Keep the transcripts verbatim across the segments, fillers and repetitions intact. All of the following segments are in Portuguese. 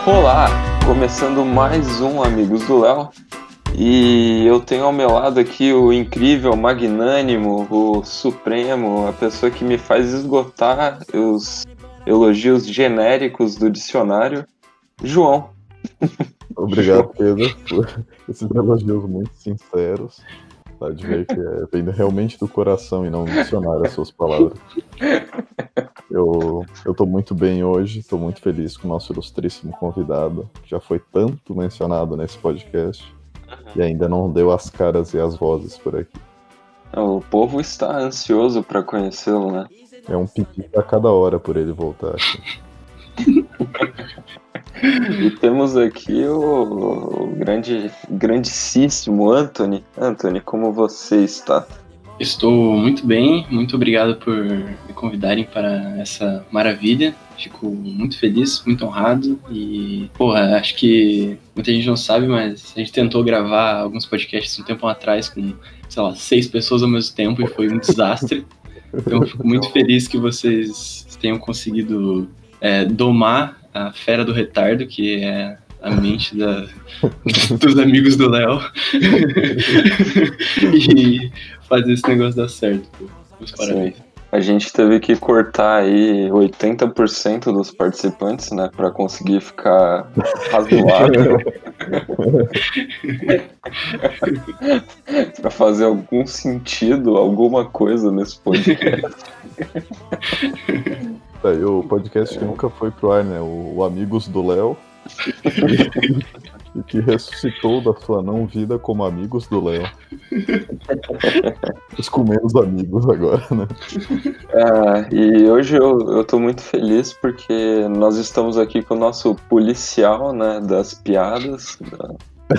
Olá, começando mais um Amigos do Léo, e eu tenho ao meu lado aqui o incrível, magnânimo, o supremo, a pessoa que me faz esgotar os elogios genéricos do dicionário, João. Obrigado, Pedro, por esses elogios muito sinceros. Tá, de ver que é, vem realmente do coração e não do dicionário as suas palavras. Eu, eu tô muito bem hoje, tô muito feliz com o nosso ilustríssimo convidado, que já foi tanto mencionado nesse podcast e ainda não deu as caras e as vozes por aqui. O povo está ansioso para conhecê-lo, né? É um pedido a cada hora por ele voltar aqui. E temos aqui o, o grande, grandíssimo Anthony. Anthony, como você está? Estou muito bem, muito obrigado por me convidarem para essa maravilha. Fico muito feliz, muito honrado e, porra, acho que muita gente não sabe, mas a gente tentou gravar alguns podcasts um tempo atrás com, sei lá, seis pessoas ao mesmo tempo e foi um desastre. Então eu fico muito feliz que vocês tenham conseguido é, domar a fera do retardo, que é a mente da, dos amigos do Léo e fazer esse negócio dar certo. Pô. Meus parabéns. Sim. A gente teve que cortar aí oitenta por cento dos participantes, né, para conseguir ficar razoável. Para fazer algum sentido, alguma coisa nesse podcast. Tá aí o podcast que nunca foi pro ar, né? O, o Amigos do Léo. E que ressuscitou da sua não vida como Amigos do Léo. Os com menos amigos agora, né? Ah, e hoje eu, eu tô muito feliz porque nós estamos aqui com o nosso policial, né, das piadas. Da...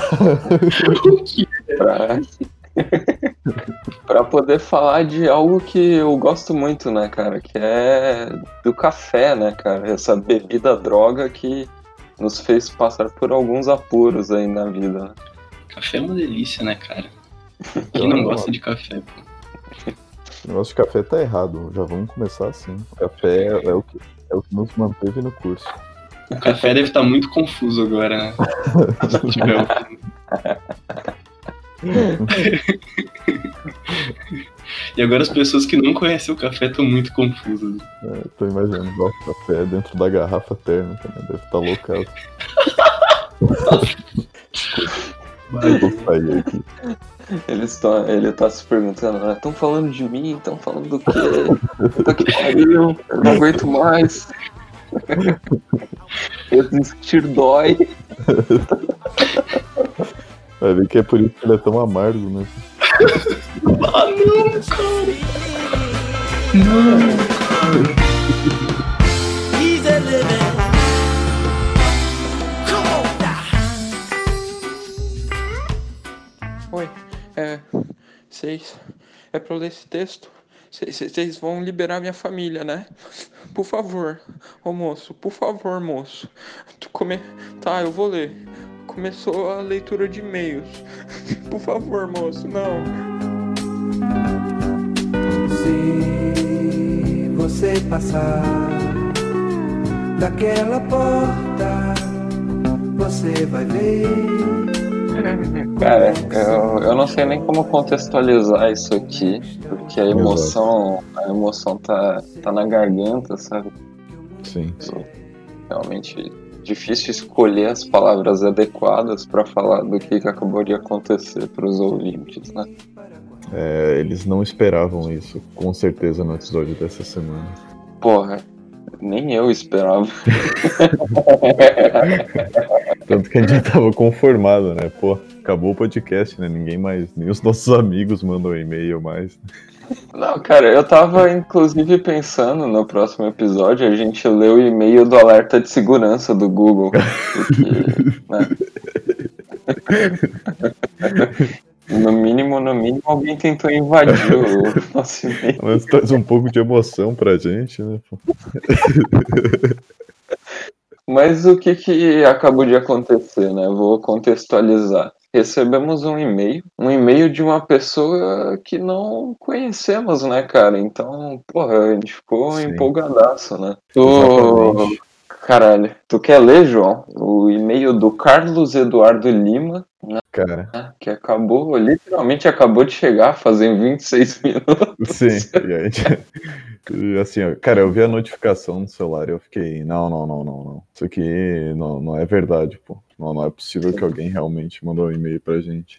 pra... pra poder falar de algo que eu gosto muito, né, cara? Que é do café, né, cara? Essa bebida droga que nos fez passar por alguns apuros aí na vida, né? Café é uma delícia, né, cara? Quem não gosta de café, pô? O negócio de café tá errado, já vamos começar assim. Café é o que, é o que nos manteve no curso. O café deve estar muito confuso agora, né? Se tiver ouvindo. E agora as pessoas que não conhecem o café estão muito confusas. É, tô imaginando igual o café dentro da garrafa térmica, né? Deve estar loucado. Vai, vou sair aqui. Eles tão, ele tá se perguntando, né? Estão falando de mim? Estão falando do quê? Puta que pariu, eu não aguento mais. Existir dói. Vai ver que é por isso que ele é tão amargo, né? Ah, não, cara! Não, cara! Oi, é. Vocês. É pra eu ler esse texto? Vocês vão liberar minha família, né? Por favor, ô moço, por favor, moço. Tu come... Tá, eu vou ler. Começou a leitura de e-mails. Por favor, moço, não. Se você passar daquela porta, você vai ver. Cara, eu, eu não sei nem como contextualizar isso aqui, porque a emoção, a emoção tá, tá na garganta, sabe? Sim. Realmente difícil escolher as palavras adequadas para falar do que, que acabou de acontecer para os ouvintes, né? É, eles não esperavam isso, com certeza, no episódio dessa semana. Porra, nem eu esperava. Tanto que a gente já tava conformado, né? Pô, acabou o podcast, né? Ninguém mais, nem os nossos amigos mandam e-mail mais. Não, cara, eu tava inclusive pensando no próximo episódio a gente ler o e-mail do alerta de segurança do Google. Porque, né? No mínimo, no mínimo, alguém tentou invadir o nosso e-mail. Mas traz um pouco de emoção pra gente, né? Mas o que que acabou de acontecer, né? Vou contextualizar. Recebemos um e-mail, um e-mail de uma pessoa que não conhecemos, né, cara? Então, porra, a gente ficou Sim. empolgadaço, né? Exatamente. Caralho. Tu quer ler, João? O e-mail do Carlos Eduardo Lima, né, Cara, que acabou, literalmente acabou de chegar, fazem vinte e seis minutos. sim. E aí, e assim, ó, cara, eu vi a notificação no celular e eu fiquei, não, não, não, não, não. Isso aqui não, não é verdade, pô. Não, não é possível que alguém realmente mandou um e-mail pra gente.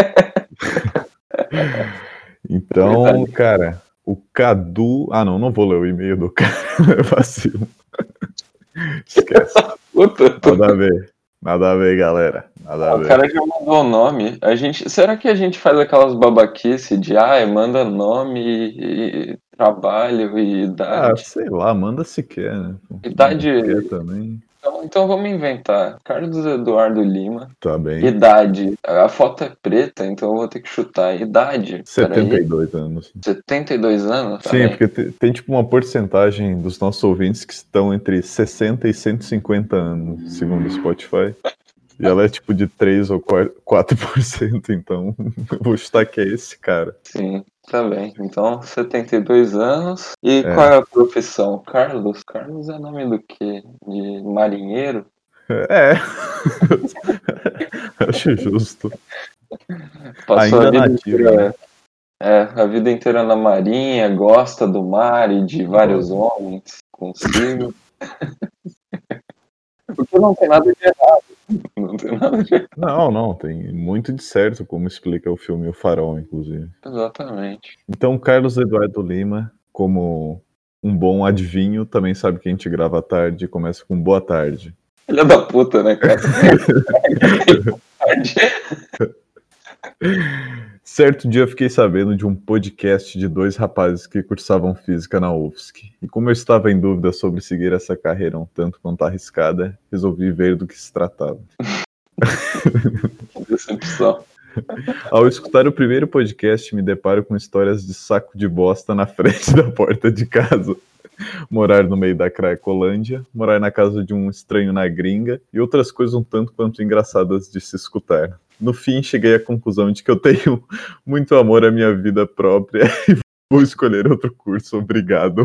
Então, Verdade. cara, o Cadu. Ah, não, não vou ler o e-mail do cara, é vacilo. Esquece. Puta, tu- Nada a ver. Nada a ver, galera. Nada a o ver. cara já mandou o nome. A gente, será que a gente faz aquelas babaquice de, ah, manda nome e, e trabalho e Ah, idade? sei lá, manda se quer, né? Pô, Idade. não quer também. Então, então vamos inventar. Carlos Eduardo Lima. Tá bem. Idade. A foto é preta, então eu vou ter que chutar. Idade. setenta e Peraí. dois anos. setenta e dois anos? Tá Sim, bem. porque te- tem tipo uma porcentagem dos nossos ouvintes que estão entre sessenta e cento e cinquenta anos, segundo o Spotify. E ela é tipo de três ou quatro por cento, então eu vou chutar que é esse cara. Sim, tá bem. Então, setenta e dois anos. E É. qual é a profissão? Carlos? Carlos é nome do quê? De marinheiro? É. Acho justo. Passou Ainda a vida nativo, inteira, né? é, a vida inteira na marinha, gosta do mar e de vários homens consigo. Porque não tem nada de errado. Não tem nada de errado. Não, não, tem muito de certo, como explica o filme O Farol, inclusive. Exatamente. Então, Carlos Eduardo Lima, como um bom adivinho, também sabe que a gente grava à tarde e começa com boa tarde. Filha da puta, né, cara? Certo dia eu fiquei sabendo de um podcast de dois rapazes que cursavam física na U F S C. E como eu estava em dúvida sobre seguir essa carreira um tanto quanto arriscada, resolvi ver do que se tratava. Que decepção. Ao escutar o primeiro podcast, me deparo com histórias de saco de bosta na frente da porta de casa. Morar no meio da Cracolândia, morar na casa de um estranho na gringa e outras coisas um tanto quanto engraçadas de se escutar. No fim, cheguei à conclusão de que eu tenho muito amor à minha vida própria e vou escolher outro curso. Obrigado.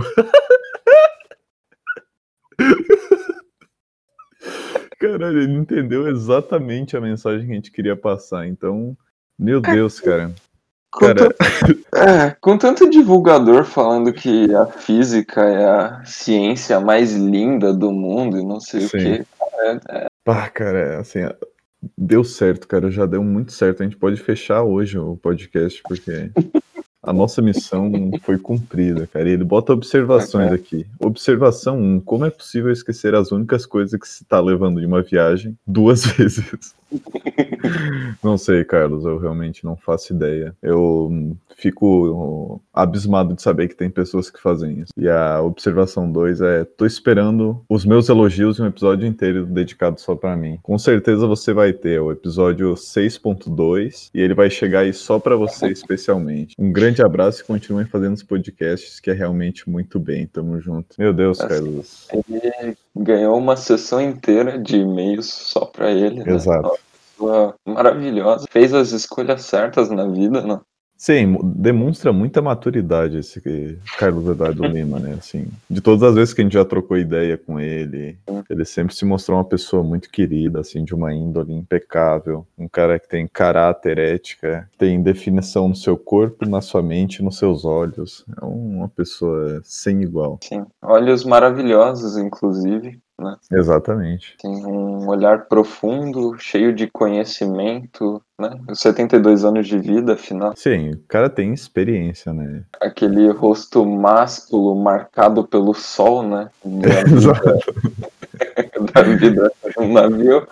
Caralho, ele entendeu exatamente a mensagem que a gente queria passar. Então, meu Deus, cara. Com, Cara, tanto, é, com tanto divulgador falando que a física é a ciência mais linda do mundo e não sei sim. o que. É, é, Pá, cara, assim, deu certo, cara. Já deu muito certo. A gente pode fechar hoje o podcast, porque a nossa missão foi cumprida, cara. E ele bota observações É. aqui. Observação um. Como é possível esquecer as únicas coisas que se está levando de uma viagem duas vezes? Não sei, Carlos. Eu realmente não faço ideia. Eu fico abismado de saber que tem pessoas que fazem isso. E a observação dois é: tô esperando os meus elogios em um episódio inteiro dedicado só pra mim. Com certeza você vai ter o episódio seis ponto dois e ele vai chegar aí só pra você especialmente. Um grande abraço e continuem fazendo os podcasts, que é realmente muito bem. Tamo junto. Meu Deus, Assim, Carlos. ele ganhou uma sessão inteira de e-mails só pra ele, né? Exato. Uma pessoa maravilhosa. Fez as escolhas certas na vida, né? Sim, demonstra muita maturidade esse Carlos Eduardo Lima, né? Assim, de todas as vezes que a gente já trocou ideia com ele, ele sempre se mostrou uma pessoa muito querida, assim, de uma índole impecável, um cara que tem caráter, ética, tem definição no seu corpo, na sua mente, nos seus olhos. É uma pessoa sem igual. Sim. Olhos maravilhosos, inclusive, né? Exatamente. Tem um olhar profundo, cheio de conhecimento, né? setenta e dois anos de vida, afinal. Sim, o cara tem experiência, né? Aquele rosto másculo marcado pelo sol, né? Da Exato. vida, da vida no navio.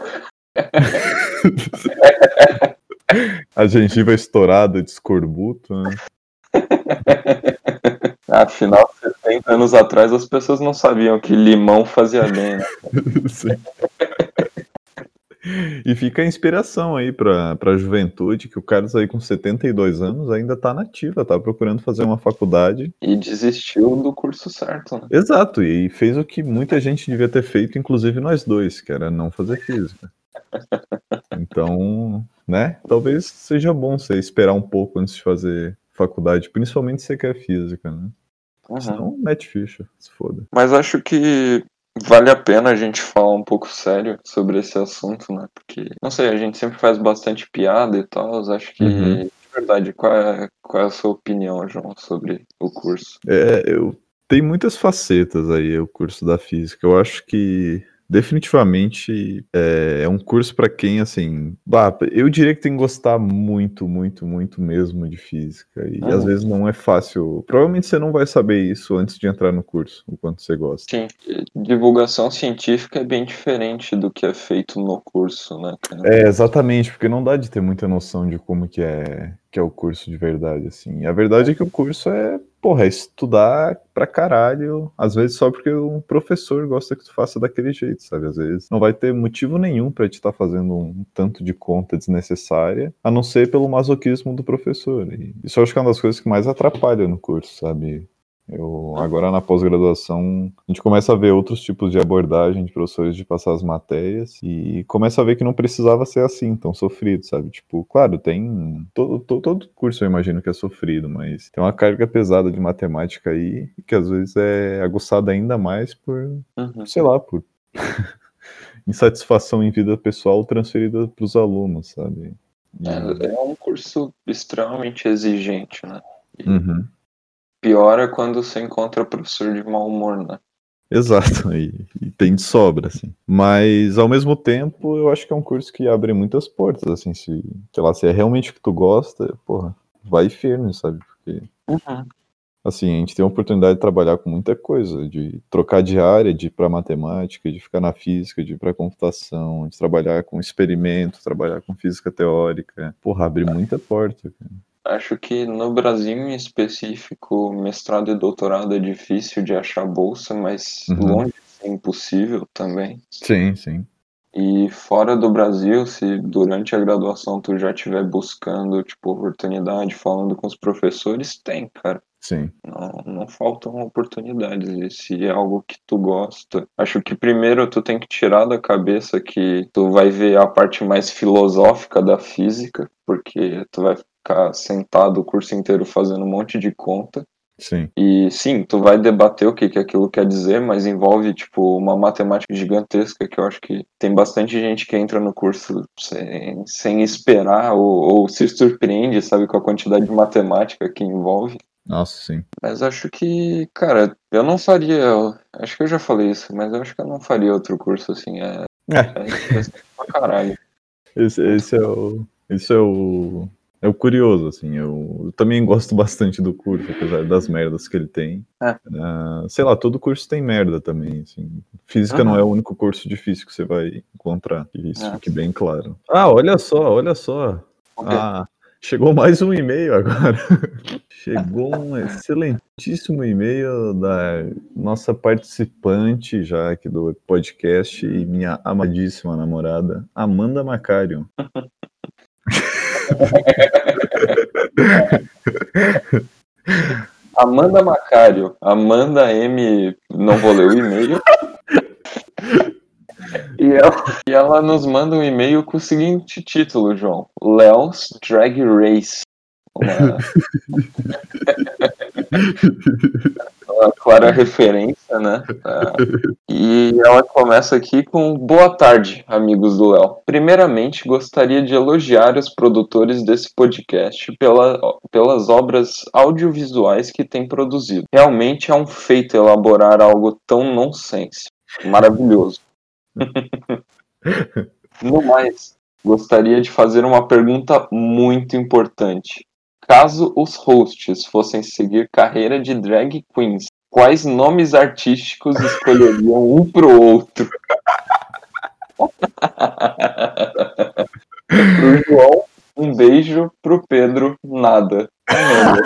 A gengiva estourada de escorbuto, né? Afinal, setenta anos atrás, as pessoas não sabiam que limão fazia bem, né? Sim. E fica a inspiração aí pra, pra juventude, que o Carlos aí com setenta e dois anos ainda tá nativa, tá procurando fazer uma faculdade. E desistiu do curso certo, né? Exato, e fez o que muita gente devia ter feito, inclusive nós dois, que era não fazer física. Então, né, talvez seja bom você esperar um pouco antes de fazer faculdade, principalmente se você quer física, né? Uhum. Senão, mete ficha, se foda. Mas acho que vale a pena a gente falar um pouco sério sobre esse assunto, né? Porque, não sei, a gente sempre faz bastante piada e tal. Eu acho que, Uhum. de verdade, qual é, qual é a sua opinião, João, sobre o curso? É, eu tem muitas facetas aí o curso da física. Eu acho que definitivamente é, é um curso para quem, assim, bah, eu diria que tem que gostar muito, muito, muito mesmo de física. E às Uhum. vezes não é fácil. Provavelmente você não vai saber isso antes de entrar no curso, o quanto você gosta. Sim, divulgação científica é bem diferente do que é feito no curso, né, cara? É, exatamente, porque não dá de ter muita noção de como que é, que é o curso de verdade, assim. A verdade é que o curso é, porra, é estudar pra caralho, às vezes só porque o professor gosta que tu faça daquele jeito, sabe? Às vezes não vai ter motivo nenhum pra te estar fazendo um tanto de conta desnecessária, a não ser pelo masoquismo do professor. E isso eu acho que é uma das coisas que mais atrapalha no curso, sabe? Eu, agora na pós-graduação, a gente começa a ver outros tipos de abordagem de professores de passar as matérias e começa a ver que não precisava ser assim, tão sofrido, sabe? Tipo, claro, tem. Todo, todo, todo curso eu imagino que é sofrido, mas tem uma carga pesada de matemática aí que às vezes é aguçada ainda mais por, Uhum. sei lá, por insatisfação em vida pessoal transferida para os alunos, sabe? E- É, é um curso extremamente exigente, né? E Uhum. pior é quando você encontra professor de mau humor, né? Exato, e, e tem de sobra, assim. Mas, ao mesmo tempo, eu acho que é um curso que abre muitas portas, assim, se, sei lá, se é realmente o que tu gosta, porra, vai firme, sabe? Porque, Uhum. assim, a gente tem a oportunidade de trabalhar com muita coisa, de trocar de área, de ir pra matemática, de ficar na física, de ir pra computação, de trabalhar com experimento, trabalhar com física teórica. Porra, abre muita porta, cara. Acho que no Brasil em específico, mestrado e doutorado é difícil de achar bolsa, mas Uhum. longe de ser impossível também. Sim, sim. E fora do Brasil, se durante a graduação tu já estiver buscando, tipo, oportunidade, falando com os professores, tem, cara. Sim. Não, não faltam oportunidades. E se é algo que tu gosta, acho que primeiro tu tem que tirar da cabeça que tu vai ver a parte mais filosófica da física, porque tu vai ficar sentado o curso inteiro fazendo um monte de conta. Sim. E sim, tu vai debater o que, que aquilo quer dizer, mas envolve, tipo, uma matemática gigantesca que eu acho que tem bastante gente que entra no curso sem, sem esperar ou, ou se surpreende, sabe, com a quantidade de matemática que envolve. Nossa, sim. Mas acho que, cara, eu não faria. eu- Acho que eu já falei isso, mas eu acho que eu não faria outro curso assim. É, É. é interessante pra caralho. Esse, esse é o. Esse é o. É o curioso, assim. Eu, eu também gosto bastante do curso, apesar das merdas que ele tem. É. Ah, sei lá, todo curso tem merda também, assim. Física não é o Uhum. único curso difícil que você vai encontrar. Que isso É. fique bem claro. Ah, olha só, olha só. O quê? Ah, chegou mais um e-mail agora. Chegou um excelentíssimo e-mail da nossa participante já aqui do podcast e minha amadíssima namorada, Amanda Macário. Amanda Macário. Amanda M. Não vou ler o e-mail. E ela, e ela nos manda um e-mail com o seguinte título, João: Léo's Drag Race. Uma, uma clara referência, né? Ah, e ela começa aqui com: Boa tarde, amigos do Léo. Primeiramente, gostaria de elogiar os produtores desse podcast pela, pelas obras audiovisuais que têm produzido. Realmente é um feito elaborar algo tão nonsense. Maravilhoso. No mais, gostaria de fazer uma pergunta muito importante. Caso os hosts fossem seguir carreira de drag queens, quais nomes artísticos escolheriam um pro outro? Pro João, um beijo. Pro Pedro, nada. Amanda.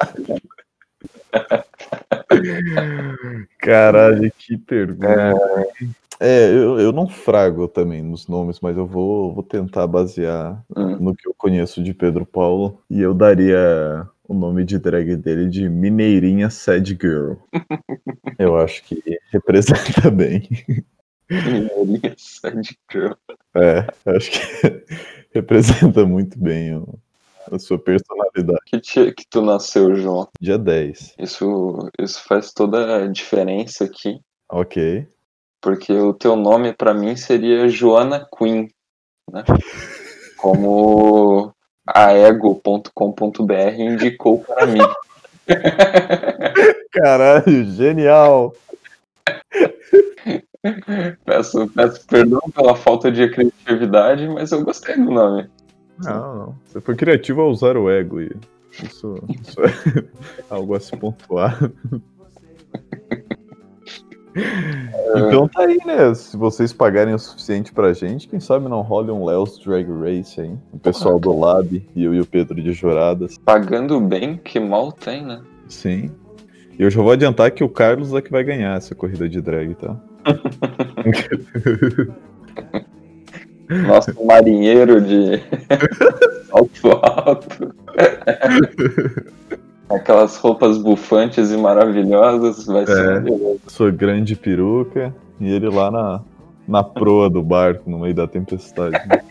Caralho, que pergunta. É, eu, eu não frago também nos nomes, mas eu vou, vou tentar basear Hum. no que eu conheço de Pedro Paulo. E eu daria o nome de drag dele de Mineirinha Sad Girl. Eu acho que representa bem. Mineirinha Sad Girl. É, acho que representa muito bem o- a sua personalidade. Que dia que tu nasceu, João? Dia dez. Isso, isso faz toda a diferença aqui. Ok. porque o teu nome pra mim seria Joana Queen, né? Como a ego ponto com ponto b r indicou para mim. Caralho, genial! Peço, peço perdão pela falta de criatividade, mas eu gostei do nome. Não, não. Você foi criativo ao usar o ego. E isso, isso é algo a se pontuar. Então tá aí, né? Se vocês pagarem o suficiente pra gente, quem sabe não role um Léo's Drag Race aí. O pessoal do Lab e eu e o Pedro de Juradas. Pagando bem, que mal tem, né? Sim. E eu já vou adiantar que o Carlos é que vai ganhar essa corrida de drag, tá? Nosso marinheiro de salto alto. Aquelas roupas bufantes e maravilhosas, vai ser É, maravilhoso. sua grande peruca e ele lá na, na proa do barco, no meio da tempestade. Né?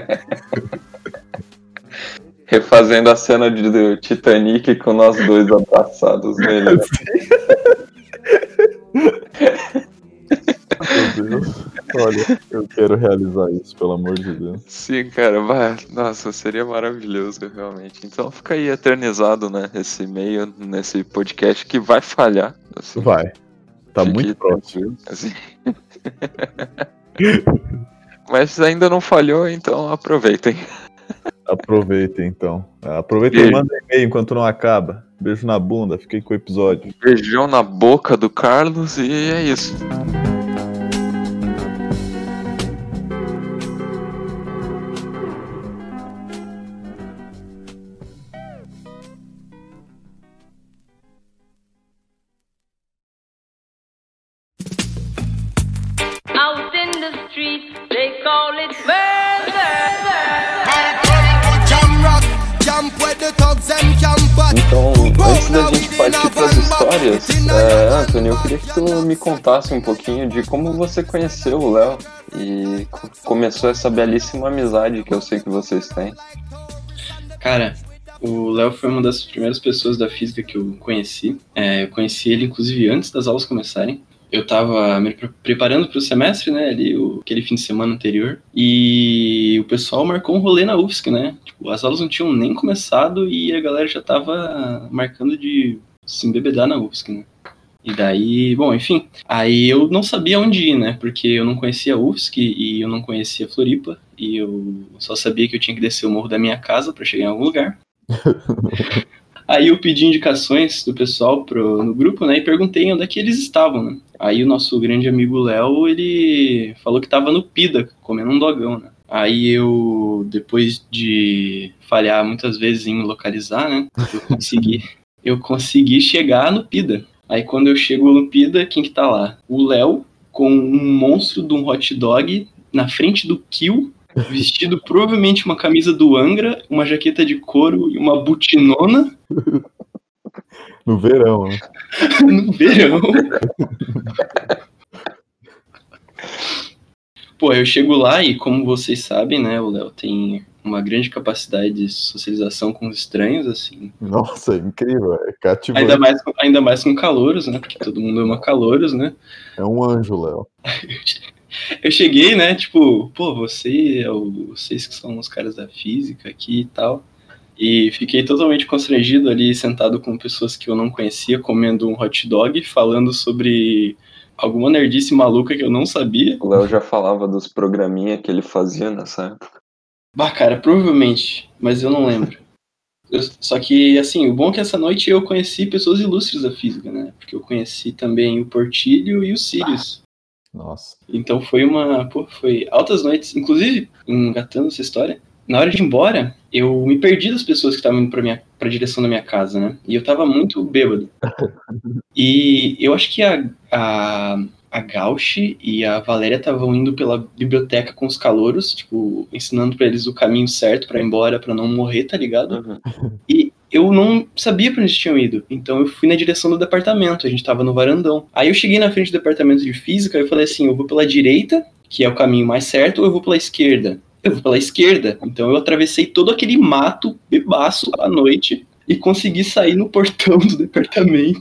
Refazendo a cena de, do Titanic com nós dois abraçados nele. Né? Meu Deus. Olha, eu quero realizar isso, pelo amor de Deus. Sim, cara, vai. Nossa, seria maravilhoso, realmente. Então fica aí eternizado, né? Esse e-mail, nesse podcast que vai falhar. Assim. Vai. Tá Fique muito próximo. Assim. Mas ainda não falhou, então aproveitem. Aproveitem, então. Aproveita e manda e-mail enquanto não acaba. Beijo na bunda, fiquei com o episódio. Beijão na boca do Carlos e é isso. Out in the street, they call it murder. Então, antes da gente partir para as histórias, é, Anthony, eu queria que tu me contasse um pouquinho de como você conheceu o Léo e co- começou essa belíssima amizade que eu sei que vocês têm. Cara, o Léo foi uma das primeiras pessoas da física que eu conheci. É, eu conheci ele, inclusive, antes das aulas começarem. Eu tava me pre- preparando pro semestre, né, ali, o, aquele fim de semana anterior, e o pessoal marcou um rolê na U F S C, né, tipo, as aulas não tinham nem começado e a galera já tava marcando de se embebedar na U F S C, né. E daí, bom, enfim, aí eu não sabia onde ir, né, porque eu não conhecia a U F S C e eu não conhecia Floripa, e eu só sabia que eu tinha que descer o morro da minha casa pra chegar em algum lugar. Aí eu pedi indicações do pessoal pro, no grupo, né, e perguntei onde é que eles estavam, né. Aí o nosso grande amigo Léo, ele falou que tava no Pida, comendo um dogão, né. Aí eu, depois de falhar muitas vezes em me localizar, né, eu consegui, eu consegui chegar no Pida. Aí quando eu chego no Pida, quem que tá lá? O Léo, com um monstro de um hot dog na frente do Kill, vestido provavelmente uma camisa do Angra, uma jaqueta de couro e uma butinona No verão, né? no verão. Pô, eu chego lá e, como vocês sabem, né, o Léo tem uma grande capacidade de socialização com os estranhos, assim. Nossa, é incrível, é cativante. Ainda mais, ainda mais com calouros, né, porque todo mundo ama calouros, né. É um anjo, Léo. Eu cheguei, né, tipo, pô, você é o, vocês que são os caras da física aqui e tal. E fiquei totalmente constrangido ali, sentado com pessoas que eu não conhecia, comendo um hot dog, falando sobre alguma nerdice maluca que eu não sabia. O Léo já falava dos programinha que ele fazia nessa época. Bah, cara, provavelmente, mas eu não lembro. Eu- só que, assim, o bom é que essa noite eu conheci pessoas ilustres da física, né? Porque eu conheci também o Portilho e o Sirius. Nossa. Então foi uma, pô, foi altas noites. Inclusive, engatando essa história, na hora de ir embora, eu me perdi das pessoas que estavam indo pra, minha, pra direção da minha casa, né? E eu tava muito bêbado. E eu acho que a, a, a Gauchi e a Valéria estavam indo pela biblioteca com os calouros, tipo, ensinando pra eles o caminho certo pra ir embora, pra não morrer, tá ligado? Uhum. E eu não sabia pra onde eles tinham ido. Então eu fui na direção do departamento, a gente tava no varandão. Aí eu cheguei na frente do departamento de física e eu falei assim, eu vou pela direita, que é o caminho mais certo, ou eu vou pela esquerda? Eu vou pela esquerda. Então eu atravessei todo aquele mato bebaço à noite e consegui sair no portão do departamento.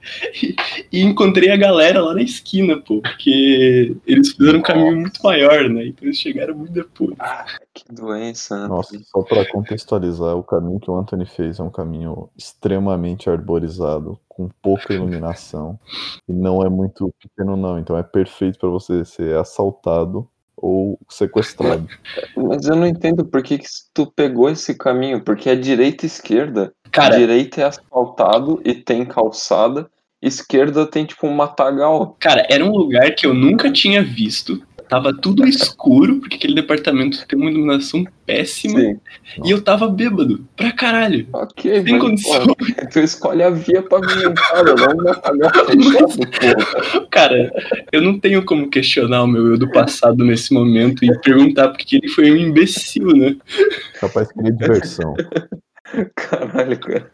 E, e encontrei a galera lá na esquina, pô, porque eles fizeram um caminho muito maior, né? Então eles chegaram muito depois. Que doença. Nossa, só pra contextualizar, o caminho que o Anthony fez é um caminho extremamente arborizado, com pouca iluminação, e não é muito pequeno não, então é perfeito pra você ser assaltado ou sequestrado. Mas eu não entendo por que, que tu pegou esse caminho, porque é direita e esquerda. Cara, Direita é asfaltado e tem calçada, esquerda tem tipo um matagal. cara, era um lugar que eu nunca tinha visto. Tava tudo escuro, porque aquele departamento tem uma iluminação péssima. Sim. E eu tava bêbado, pra caralho. Ok, Sem mas, condição. pô, tu escolhe a via pavimentada, não um matagal fechado, pô. Cara, eu não tenho como questionar o meu eu do passado nesse momento e perguntar porque ele foi um imbecil, né? Capaz que queria diversão. Caralho, cara.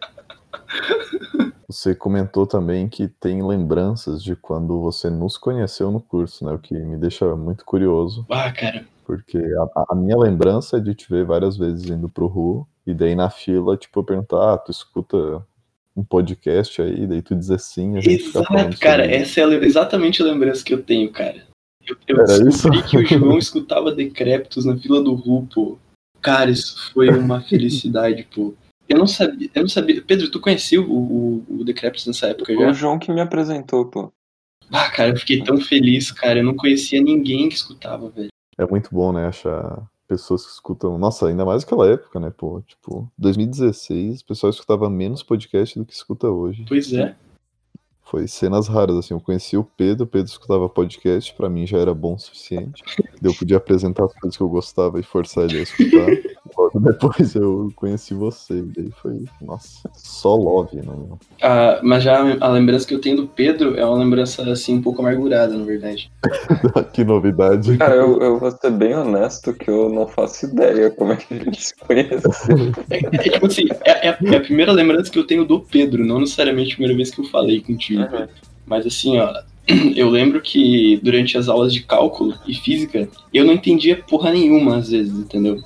Você comentou também que tem lembranças de quando você nos conheceu no curso, né? O que me deixa muito curioso, Ah, cara. porque a, a minha lembrança é de te ver várias vezes indo pro Ru, e daí na fila, tipo, eu perguntar, ah, tu escuta um podcast aí? Daí tu dizer sim, a gente fica falando Exato, cara. sobre Essa é a le- exatamente a lembrança que eu tenho, cara. Eu, eu Era descobri isso? que o João escutava Decrépitos na fila do Ru, pô. Cara, isso foi uma felicidade, pô. Eu não sabia, eu não sabia. Pedro, tu conhecia o, o, o Decrépitos nessa época O já? João que me apresentou, pô. Ah, cara, eu fiquei tão feliz, cara. Eu não conhecia ninguém que escutava, velho. É muito bom, né, achar pessoas que escutam... Nossa, ainda mais naquela época, né, pô? Tipo, dois mil e dezesseis, o pessoal escutava menos podcast do que escuta hoje. Pois é. Foi cenas raras, assim, eu conheci o Pedro, o Pedro escutava podcast, pra mim já era bom o suficiente. Eu podia apresentar as coisas que eu gostava e forçar ele a escutar. Logo depois eu conheci você, e daí foi, nossa, só love, né? Ah, mas já a lembrança que eu tenho do Pedro é uma lembrança, assim, um pouco amargurada, na verdade. Que novidade. Cara, eu, eu vou ser bem honesto que eu não faço ideia como é que a gente se conheceu. É, é tipo assim, é, é a- é a primeira lembrança que eu tenho do Pedro, não necessariamente a primeira vez que eu falei contigo. Uhum. Mas assim, ó, eu lembro que durante as aulas de cálculo e física, eu não entendia porra nenhuma às vezes, entendeu?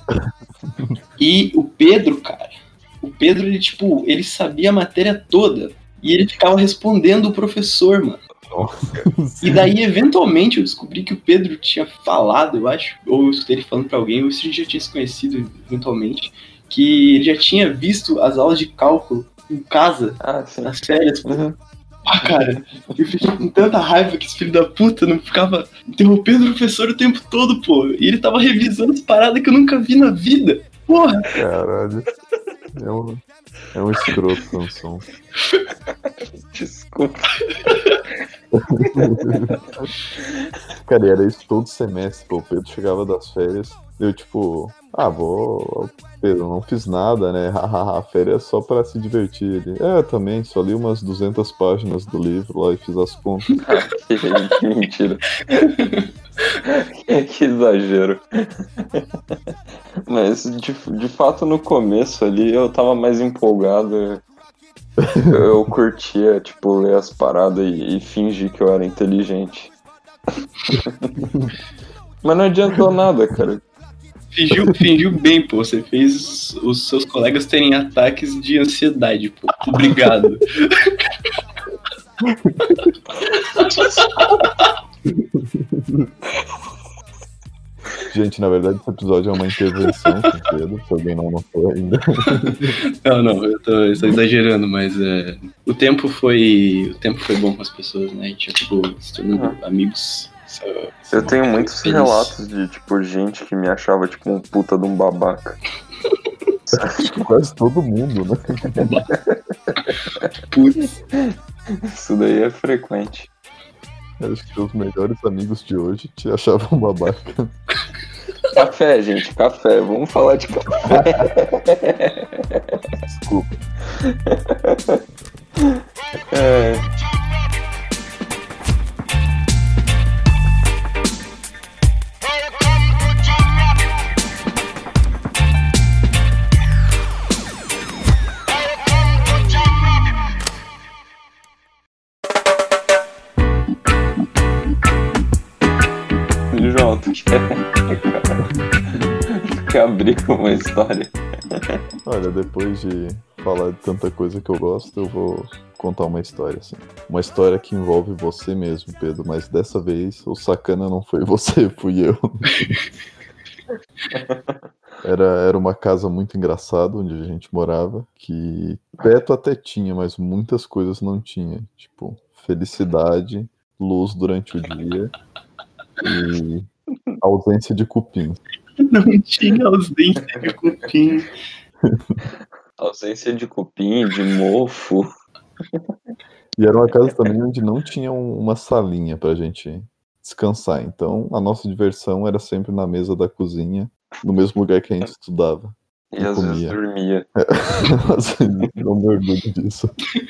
E o Pedro, cara, o Pedro, ele tipo, ele sabia a matéria toda e ele ficava respondendo o professor, mano. E daí, eventualmente, eu descobri que o Pedro tinha falado, eu acho, ou eu escutei ele falando pra alguém, ou se a gente já tinha se conhecido eventualmente, que ele já tinha visto as aulas de cálculo em casa, Ah, sim. nas férias. Uhum. Ah, cara, eu fiquei com tanta raiva que esse filho da puta não ficava interrompendo o professor o tempo todo, pô. E ele tava revisando as paradas que eu nunca vi na vida. Porra! Caralho. É um, é um escroto, Sansão. Desculpa. Cara, e era isso todo semestre, pô. O Pedro chegava das férias, eu tipo, ah, vou. Pedro, não fiz nada, né? Hahaha, férias só pra se divertir. Ele, é, também, só li umas duzentas páginas do livro lá e fiz as contas. Que, que mentira. que, que exagero. Mas, de, de fato, no começo ali, eu tava mais empolgado. Eu, eu curtia, tipo, ler as paradas e, e fingir que eu era inteligente. Mas não adiantou nada, cara. Fingiu, fingiu bem, pô. Você fez os seus colegas terem ataques de ansiedade, pô. Obrigado. Gente, na verdade, esse episódio é uma intervenção com o Pedro, se alguém não notou ainda. Não, não, eu tô, eu tô exagerando, mas é, o tempo foi. O tempo foi bom com as pessoas, né? A gente acabou se tornando amigos. Isso é- isso é Eu uma tenho coisa muitos feliz. relatos de, tipo, gente que me achava, tipo, um puta de um babaca. Acho que quase todo mundo, né? Putz, Isso daí é frequente. Eu acho que os melhores amigos de hoje te achavam babaca. Café, gente, café. Vamos falar de café. Desculpa. É. João, tu quer... tu quer abrir com uma história? Olha, depois de falar de tanta coisa que eu gosto, eu vou contar uma história, assim. Uma história que envolve você mesmo, Pedro, mas dessa vez o sacana não foi você, fui eu. Era, era uma casa muito engraçada onde a gente morava, que teto até tinha, mas muitas coisas não tinha. Tipo, felicidade, luz durante o dia e ausência de cupim. Não tinha ausência de cupim. Ausência de cupim, de mofo. E era uma casa também onde não tinha um- uma salinha pra gente descansar. Então, a nossa diversão era sempre na mesa da cozinha, no mesmo lugar que a gente estudava. E, E às vezes comia. dormia. Assim, não me orgulho disso.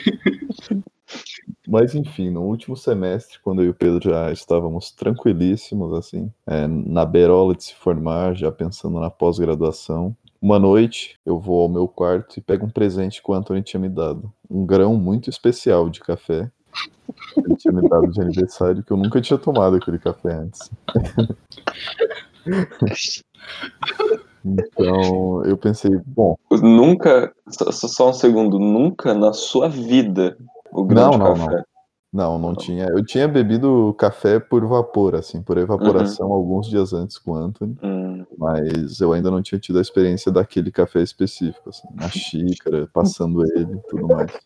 Mas enfim, no último semestre, quando eu e o Pedro já estávamos tranquilíssimos, assim, é, na beirola de se formar, já pensando na pós-graduação, uma noite eu vou ao meu quarto e pego um presente que o Anthony tinha me dado. Um grão muito especial de café. Ele tinha me dado de aniversário, que eu nunca tinha tomado aquele café antes. Então, eu pensei, bom, Nunca, só, só um segundo, nunca na sua vida o grão não, de não, café. não, não tinha. Eu tinha bebido café por vapor, assim, por evaporação alguns dias antes com o Anthony, Hum, mas eu ainda não tinha tido a experiência daquele café específico, assim, na xícara, passando ele e tudo mais.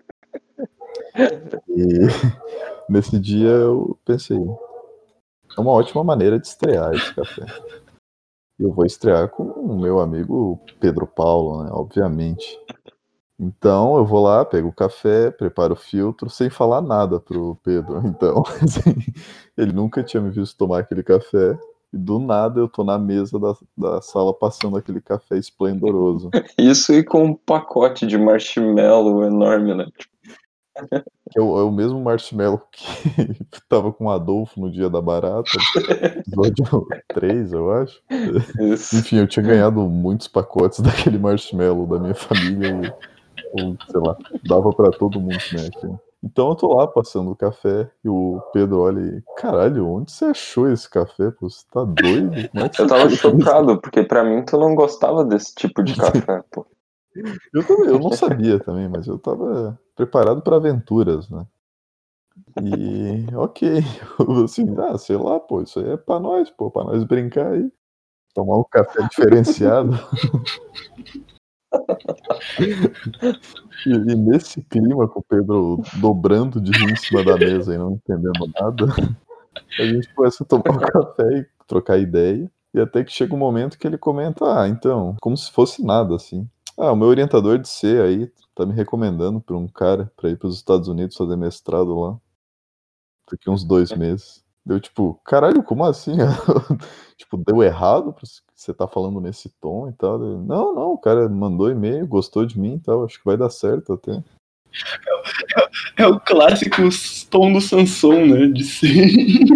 E nesse dia eu pensei, é uma ótima maneira de estrear esse café. Eu vou estrear com o meu amigo Pedro Paulo, né, obviamente. Então eu vou lá, pego o café, preparo o filtro, sem falar nada pro Pedro. Então, assim, ele nunca tinha me visto tomar aquele café. E do nada eu tô na mesa da, da sala passando aquele café esplendoroso. Isso e com um pacote de marshmallow enorme, né? Que é o, é o mesmo marshmallow que tava com o Adolfo no dia da barata. Episódio três, eu acho. Isso. Enfim, eu tinha ganhado muitos pacotes daquele marshmallow da minha família. E, ou, sei lá, dava pra todo mundo, né? Aqui. Então eu tô lá passando o café e o Pedro olha e, caralho, onde você achou esse café? Pô, você tá doido? Como é que Eu você tava achou isso? chocado, porque pra mim tu não gostava desse tipo de café, pô. Eu, também, eu não sabia também, mas eu tava preparado pra aventuras, né? E, ok, eu assim, ah, sei lá, pô, isso aí é pra nós, pô, pra nós brincar aí, tomar um café diferenciado. E, e nesse clima, com o Pedro dobrando de rir em cima da mesa e não entendendo nada, a gente começa a tomar um café e trocar ideia. E até que chega um momento que ele comenta, ah, então, como se fosse nada, assim. Ah, o meu orientador de C aí tá me recomendando pra um cara pra ir pros Estados Unidos fazer mestrado lá. Daqui uns dois meses. Deu tipo, caralho, como assim? Tipo, deu errado pra você tá falando nesse tom e tal. Eu, não, não, o cara mandou e-mail, gostou de mim e tal, acho que vai dar certo até. É o clássico tom do Samson, né? De ser.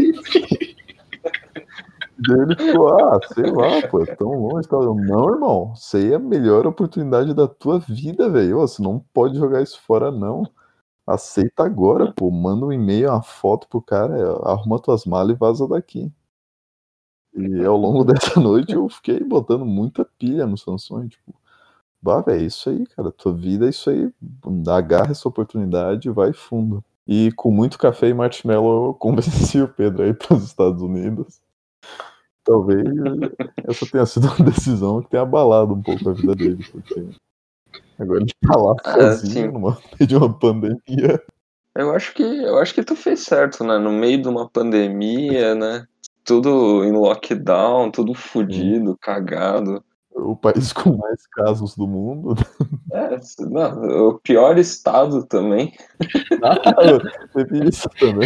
Daí ele ficou, ah, sei lá, pô, é tão longe e tal. Eu, não, irmão, isso aí é a melhor oportunidade da tua vida, velho. Você não pode jogar isso fora, não. Aceita agora, pô. Manda um e-mail, uma foto pro cara, arruma tuas malas e vaza daqui. E ao longo dessa noite eu fiquei botando muita pilha no Samsung, tipo, bah, velho, é isso aí, cara, tua vida é isso aí, agarra essa oportunidade e vai fundo. E com muito café e marshmallow eu convenci o Pedro a ir para os Estados Unidos. Talvez essa tenha sido uma decisão que tenha abalado um pouco a vida dele, porque agora ele tá lá Ah, sozinho, sim. numa meio de uma pandemia. Eu acho que eu acho que tu fez certo, né? No meio de uma pandemia, né? Tudo em lockdown, tudo fudido, cagado. O país com mais casos do mundo. É, não, o pior estado também. Ah, teve isso também.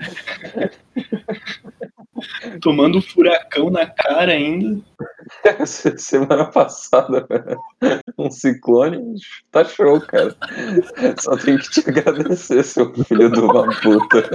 Tomando um furacão na cara ainda. Semana passada, um ciclone, tá show, cara. Só tenho que te agradecer, seu filho de uma puta.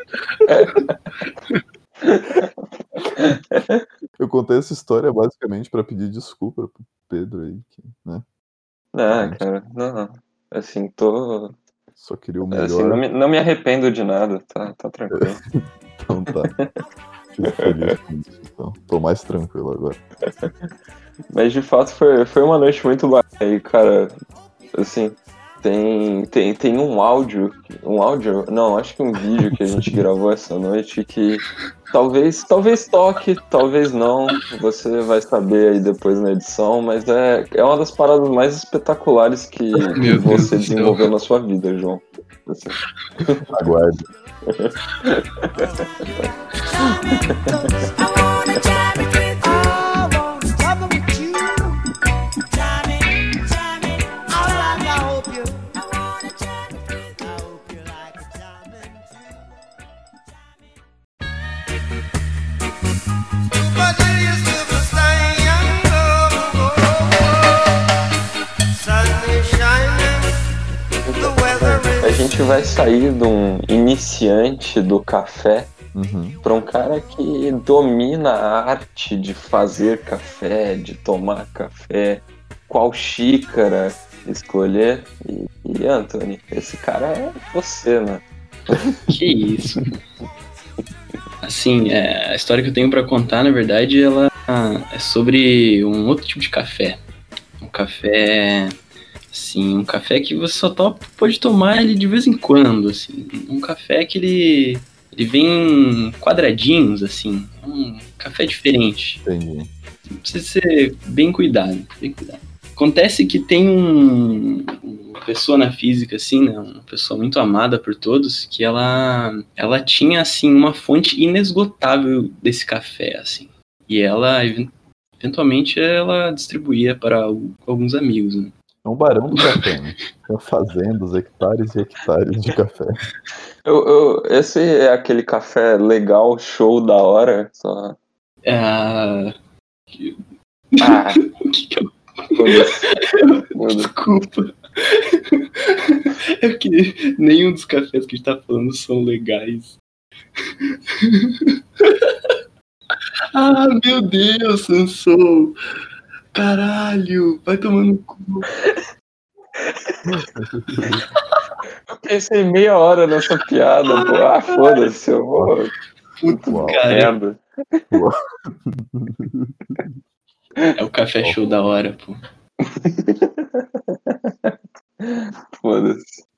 Eu contei essa história basicamente pra pedir desculpa pro Pedro aí, que, né? Ah, cara, não. Assim, tô. Só queria o Assim, melhor. não me, não me arrependo de nada, tá, tá tranquilo. Então tá. Fico feliz com isso. Então, tô mais tranquilo agora. Mas de fato foi, foi uma noite muito bacana. E, cara, assim, Tem, tem, tem um áudio, um áudio, não, acho que um vídeo que a gente gravou essa noite que talvez, talvez toque, talvez não, você vai saber aí depois na edição, mas é, é uma das paradas mais espetaculares que, que Meu Deus você do céu. desenvolveu na sua vida, João. Assim. Aguarde. A gente vai sair de um iniciante do café Uhum. para um cara que domina a arte de fazer café, de tomar café, qual xícara escolher. E, e Anthony, esse cara é você, né? Que isso. Assim, é, a história que eu tenho pra contar, na verdade, ela é sobre um outro tipo de café. Um café, assim, um café que você só to- pode tomar ele de vez em quando, assim. Um café que ele, ele vem em quadradinhos, assim. Um café diferente. Entendi. Precisa ser bem cuidado, bem cuidado. Acontece que tem um, uma pessoa na física, assim, né, uma pessoa muito amada por todos, que ela, ela tinha, assim, uma fonte inesgotável desse café, assim. E ela, even- eventualmente, ela distribuía para al- alguns amigos, né. É um barão do café, né? Tem fazendas, hectares e hectares de café. Eu, eu, esse é aquele café legal, show da hora. Só... Ah, Ah, o que que eu... foda-se. Foda-se. Desculpa. É que nenhum dos cafés que a gente tá falando são legais. Ah, meu Deus, Sansou. Caralho, vai tomar no cu. Eu pensei meia hora nessa piada, pô. Ah, foda-se, eu vou. Puta, Uau. cara. Merda. É o café show da hora, pô. Foda-se.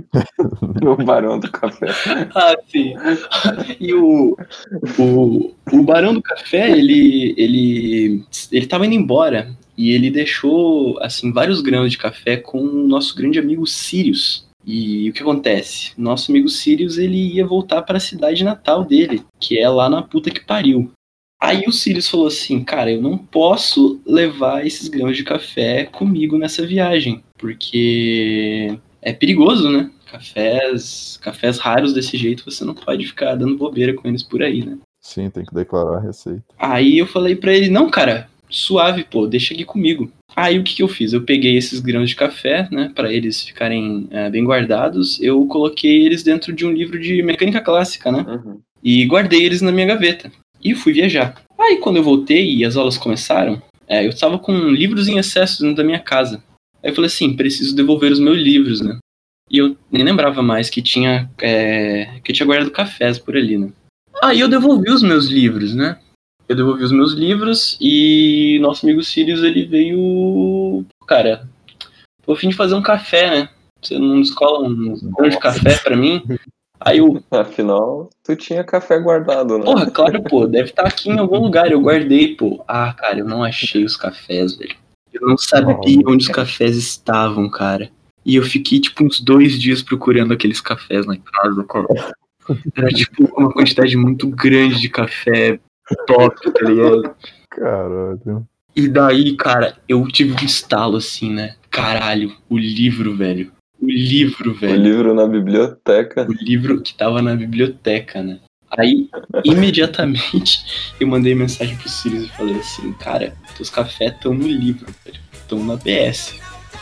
O barão do café. Ah, sim. E o, o, o Barão do Café, ele, ele, ele tava indo embora e ele deixou, assim, vários grãos de café com o nosso grande amigo Sirius. E o que acontece? Nosso amigo Sirius, ele ia voltar para a cidade natal dele, que é lá na puta que pariu. Aí o Sirius falou assim, cara, eu não posso levar esses grãos de café comigo nessa viagem, porque é perigoso, né? Cafés, cafés raros desse jeito, você não pode ficar dando bobeira com eles por aí, né? Sim, tem que declarar a receita. Aí eu falei pra ele, não, cara, suave, pô, deixa aqui comigo. Aí o que que eu fiz? Eu peguei esses grãos de café, né, pra eles ficarem é, bem guardados, eu coloquei eles dentro de um livro de mecânica clássica, né? Uhum. E guardei eles na minha gaveta. E fui viajar. Aí quando eu voltei e as aulas começaram, é, eu estava com livros em excesso dentro da minha casa. Aí eu falei assim, preciso devolver os meus livros, né? E eu nem lembrava mais que tinha, é, que eu tinha guardado cafés por ali, né? Aí eu devolvi os meus livros, né? Eu devolvi os meus livros e nosso amigo Sirius, ele veio... Cara, tô a fim de fazer um café, né? Você não descola um grão de café pra mim? Aí eu, Afinal, tu tinha café guardado, né? porra, claro, pô, deve estar aqui em algum lugar, eu guardei, pô. Ah, cara, eu não achei os cafés, velho. Eu não sabia onde os cafés estavam, cara. E eu fiquei, tipo, uns dois dias procurando aqueles cafés na casa, cara. Era, tipo, uma quantidade muito grande de café top, tá ligado? Caralho. E daí, cara, eu tive um estalo, assim, né? Caralho, o livro, velho. O livro, O velho. livro na biblioteca. O livro que tava na biblioteca, né? Aí, imediatamente, eu mandei mensagem pro Sirius e falei assim, cara, teus cafés estão no livro, velho. Estão na B S.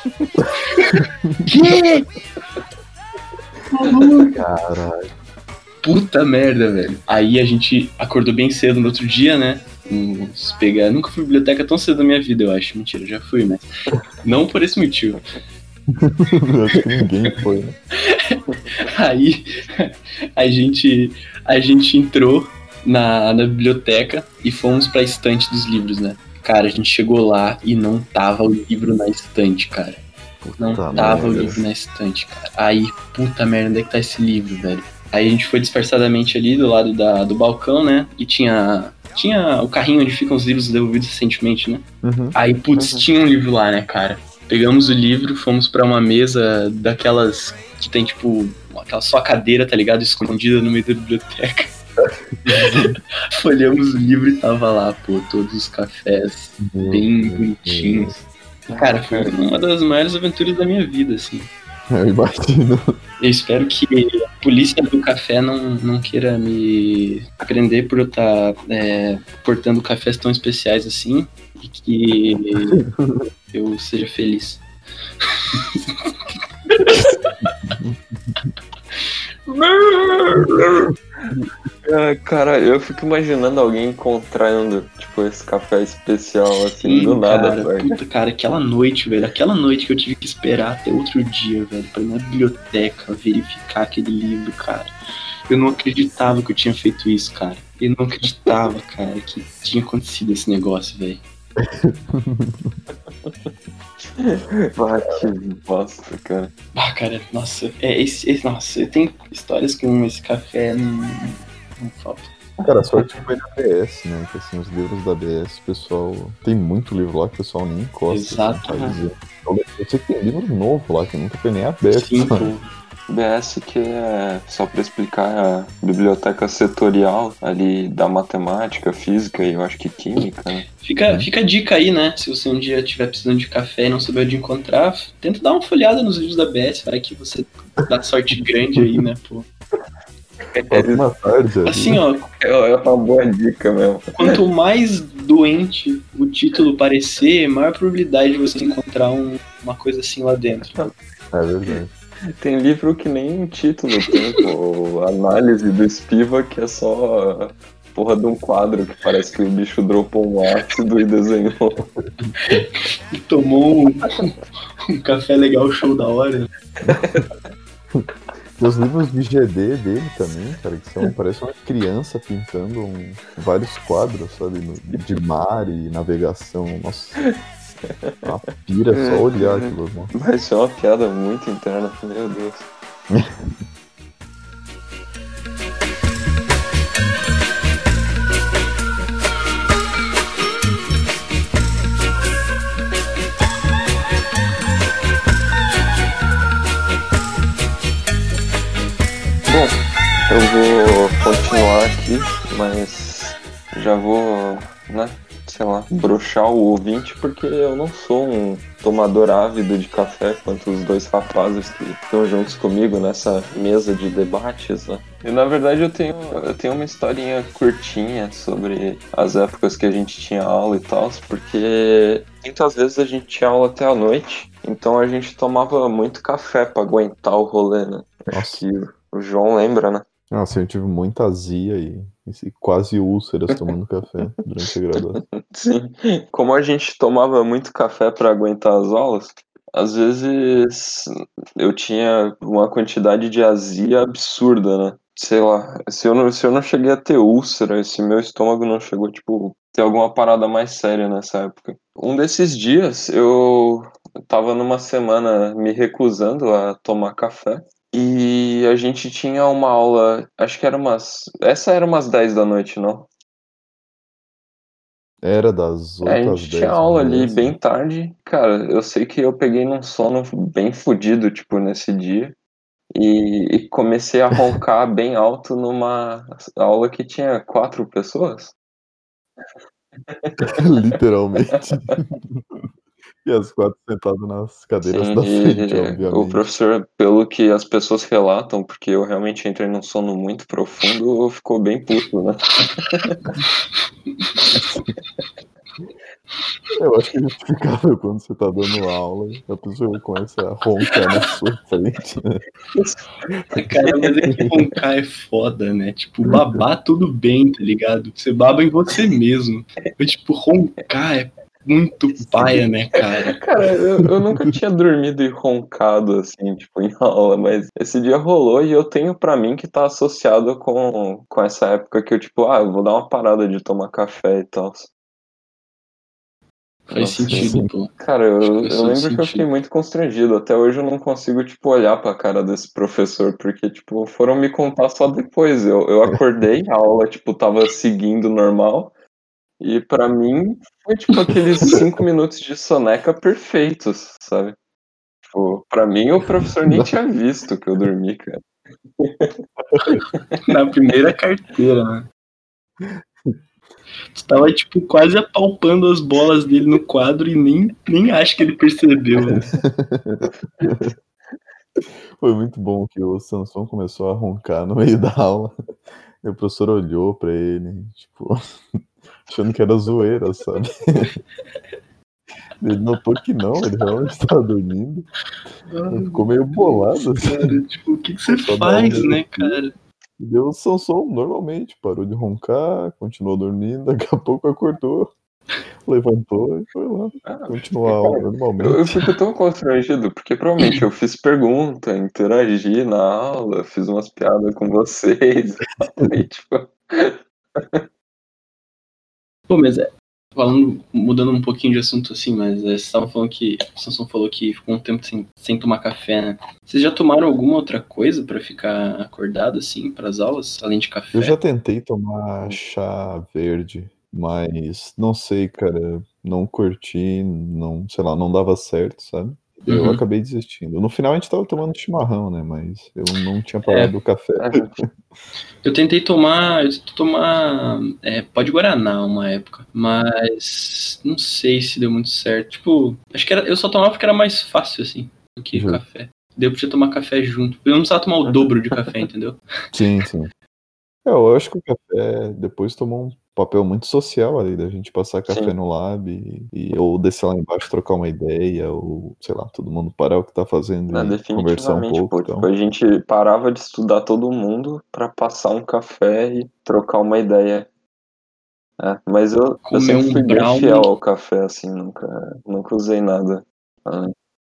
Que? Caralho. Puta merda, velho. Aí a gente acordou bem cedo no outro dia, né? Vamos pegar... Nunca fui à biblioteca tão cedo na minha vida, eu acho. Mentira, já fui, mas... Não por esse motivo. Acho que ninguém foi, né? Aí a gente, a gente entrou na, na biblioteca e fomos pra estante dos livros, né? Cara, a gente chegou lá e não tava o livro na estante, cara. Não Puta tava o merda. livro na estante, cara. Aí, puta merda, onde é que tá esse livro, velho? Aí a gente foi disfarçadamente ali do lado da, do balcão, né? E tinha, tinha o carrinho onde ficam os livros devolvidos recentemente, né? Uhum. Aí, putz, Uhum. tinha um livro lá, né, cara? Pegamos o livro, fomos pra uma mesa daquelas que tem, tipo, aquela só cadeira, tá ligado? Escondida no meio da biblioteca. Folhamos o livro e tava lá, pô, todos os cafés bem Meu bonitinhos. Cara, foi uma das maiores aventuras da minha vida, assim. Eu imagino. Eu espero que a polícia do café não, não queira me prender por eu estar é, portando cafés tão especiais assim e que eu seja feliz. Ah, cara, eu fico imaginando alguém encontrando, tipo, esse café especial, assim, Sim, do nada, cara, velho. puta, cara, aquela noite, velho, aquela noite que eu tive que esperar até outro dia, velho, pra ir na biblioteca verificar aquele livro, cara. Eu não acreditava que eu tinha feito isso, cara. Eu não acreditava, cara, que tinha acontecido esse negócio, velho. Ah, que bosta, cara. Ah, cara, nossa, é, esse, esse, nossa, eu tenho histórias com esse café, não, não falta. Cara, a sorte foi na B S, né? Que assim, os livros da B S, o pessoal. Tem muito livro lá que o pessoal nem encosta. Exato. Assim, sabe? Eu, eu sei que tem livro novo lá que nunca foi nem aberto. Sim, sabe? pô. B S, que é, só pra explicar, é a biblioteca setorial ali da matemática, física e eu acho que química, né? Fica, Uhum. fica a dica aí, né? Se você um dia estiver precisando de café e não souber onde encontrar, tenta dar uma folhada nos livros da B S, vai que você dá sorte grande aí, né, pô. Passa uma tarde ali. Assim, ó, É uma boa dica mesmo. quanto mais doente o título parecer, maior probabilidade de você encontrar um- uma coisa assim lá dentro. É verdade. Tem livro que nem título tem, pô. Análise do Spiva, que é só a porra de um quadro que parece que o bicho dropou um ácido e desenhou. E tomou um, um café legal, show da hora. Tem os livros de G D dele também, cara, que são, parece uma criança pintando um- vários quadros, sabe? no- De mar e navegação. Nossa. Uma pira só olhar aquilo, mano. Vai ser uma piada muito interna, meu Deus. Bom, eu vou continuar aqui, mas já vou, né, sei lá, broxar o ouvinte, porque eu não sou um tomador ávido de café quanto os dois rapazes que estão juntos comigo nessa mesa de debates, né? E na verdade eu tenho, eu tenho uma historinha curtinha sobre as épocas que a gente tinha aula e tal, porque muitas vezes a gente tinha aula até a noite, então a gente tomava muito café pra aguentar o rolê, né? Acho Nossa. que o João lembra, né? Nossa, eu tive muita azia e, e quase úlceras tomando café durante a graduação. Sim. Como a gente tomava muito café para aguentar as aulas, às vezes eu tinha uma quantidade de azia absurda, né? Sei lá, se eu não, se eu não cheguei a ter úlcera, se meu estômago não chegou, tipo, ter alguma parada mais séria nessa época. Um desses dias eu tava numa semana me recusando a tomar café. E a gente tinha uma aula, acho que era umas. Essa era umas dez da noite, não? Era das É, a oito às gente tinha dez, aula mais ou ali menos, bem assim. tarde. Cara, eu sei que eu peguei num sono bem fudido, tipo, nesse dia. E, e comecei a roncar bem alto numa aula que tinha quatro pessoas. Literalmente. E as quatro sentadas nas cadeiras Sim, da frente, e o obviamente. professor, pelo que as pessoas relatam, porque eu realmente entrei num sono muito profundo, ficou bem puto, né? Eu acho que é justificável quando você tá dando aula e a pessoa começa a roncar na sua frente, né? Cara, mas é que roncar é foda, né? Tipo, babar tudo bem, tá ligado? Você baba em você mesmo. Mas, tipo, roncar é muito paia, né, cara? Cara, eu, eu nunca tinha dormido e roncado assim, tipo, em aula, mas esse dia rolou e eu tenho pra mim que tá associado com, com essa época que eu, tipo, ah, eu vou dar uma parada de tomar café e tal. Faz Nossa, sentido, pô. Cara, eu, Faz eu todo lembro que eu sentido. fiquei muito constrangido. Até hoje eu não consigo, tipo, olhar pra cara desse professor, porque, tipo, foram me contar só depois. Eu, eu acordei, a aula, tipo, tava seguindo normal. E pra mim foi, tipo, aqueles cinco minutos de soneca perfeitos, sabe? Tipo, pra mim o professor nem tinha visto que eu dormi, cara. Na primeira carteira, né? Tu tava, tipo, quase apalpando as bolas dele no quadro e nem, nem acho que ele percebeu, né? Foi muito bom que o Samson começou a roncar no meio da aula. E o professor olhou pra ele, tipo, achando que era zoeira, sabe? Ele notou que não, ele realmente estava dormindo. Ele ficou meio bolado, assim. Cara, tipo, o que, que você Só dá faz, um né, aqui. cara? E deu o Samson normalmente, parou de roncar, continuou dormindo, daqui a pouco acordou, levantou e foi lá. Ah, Continuar a aula cara, eu, eu normalmente. fico tão constrangido, porque provavelmente eu fiz pergunta, interagi na aula, fiz umas piadas com vocês. E, tipo, Pô, mas é. Falando, mudando um pouquinho de assunto assim, mas é, vocês estavam falando que o Samson falou que ficou um tempo sem, sem tomar café, né? Vocês já tomaram alguma outra coisa pra ficar acordado assim pras aulas, além de café? Eu já tentei tomar chá verde, mas não sei, cara, não curti, não, sei lá, não dava certo, sabe? Eu Uhum. acabei desistindo. No final a gente tava tomando chimarrão, né? Mas eu não tinha É, parado o café. a gente, eu tentei tomar, eu tentei tomar é, pó de guaraná uma época, mas não sei se deu muito certo. Tipo, acho que era, eu só tomava porque era mais fácil assim do que Justo. café. Deu pra tomar café junto. Eu não precisava tomar o dobro de café, entendeu? Sim, sim. É, eu acho que o café depois tomou um papel muito social ali, da gente passar café sim. no lab e, e- ou descer lá embaixo trocar uma ideia, ou sei lá, todo mundo parar o que tá fazendo Não, e conversar um definitivamente, pouco. pô. Tipo, Então, a gente parava de estudar todo mundo pra passar um café e trocar uma ideia. É, mas eu, eu Comer sempre um fui bem brownie. fiel ao café, assim, nunca, nunca usei nada. Ah,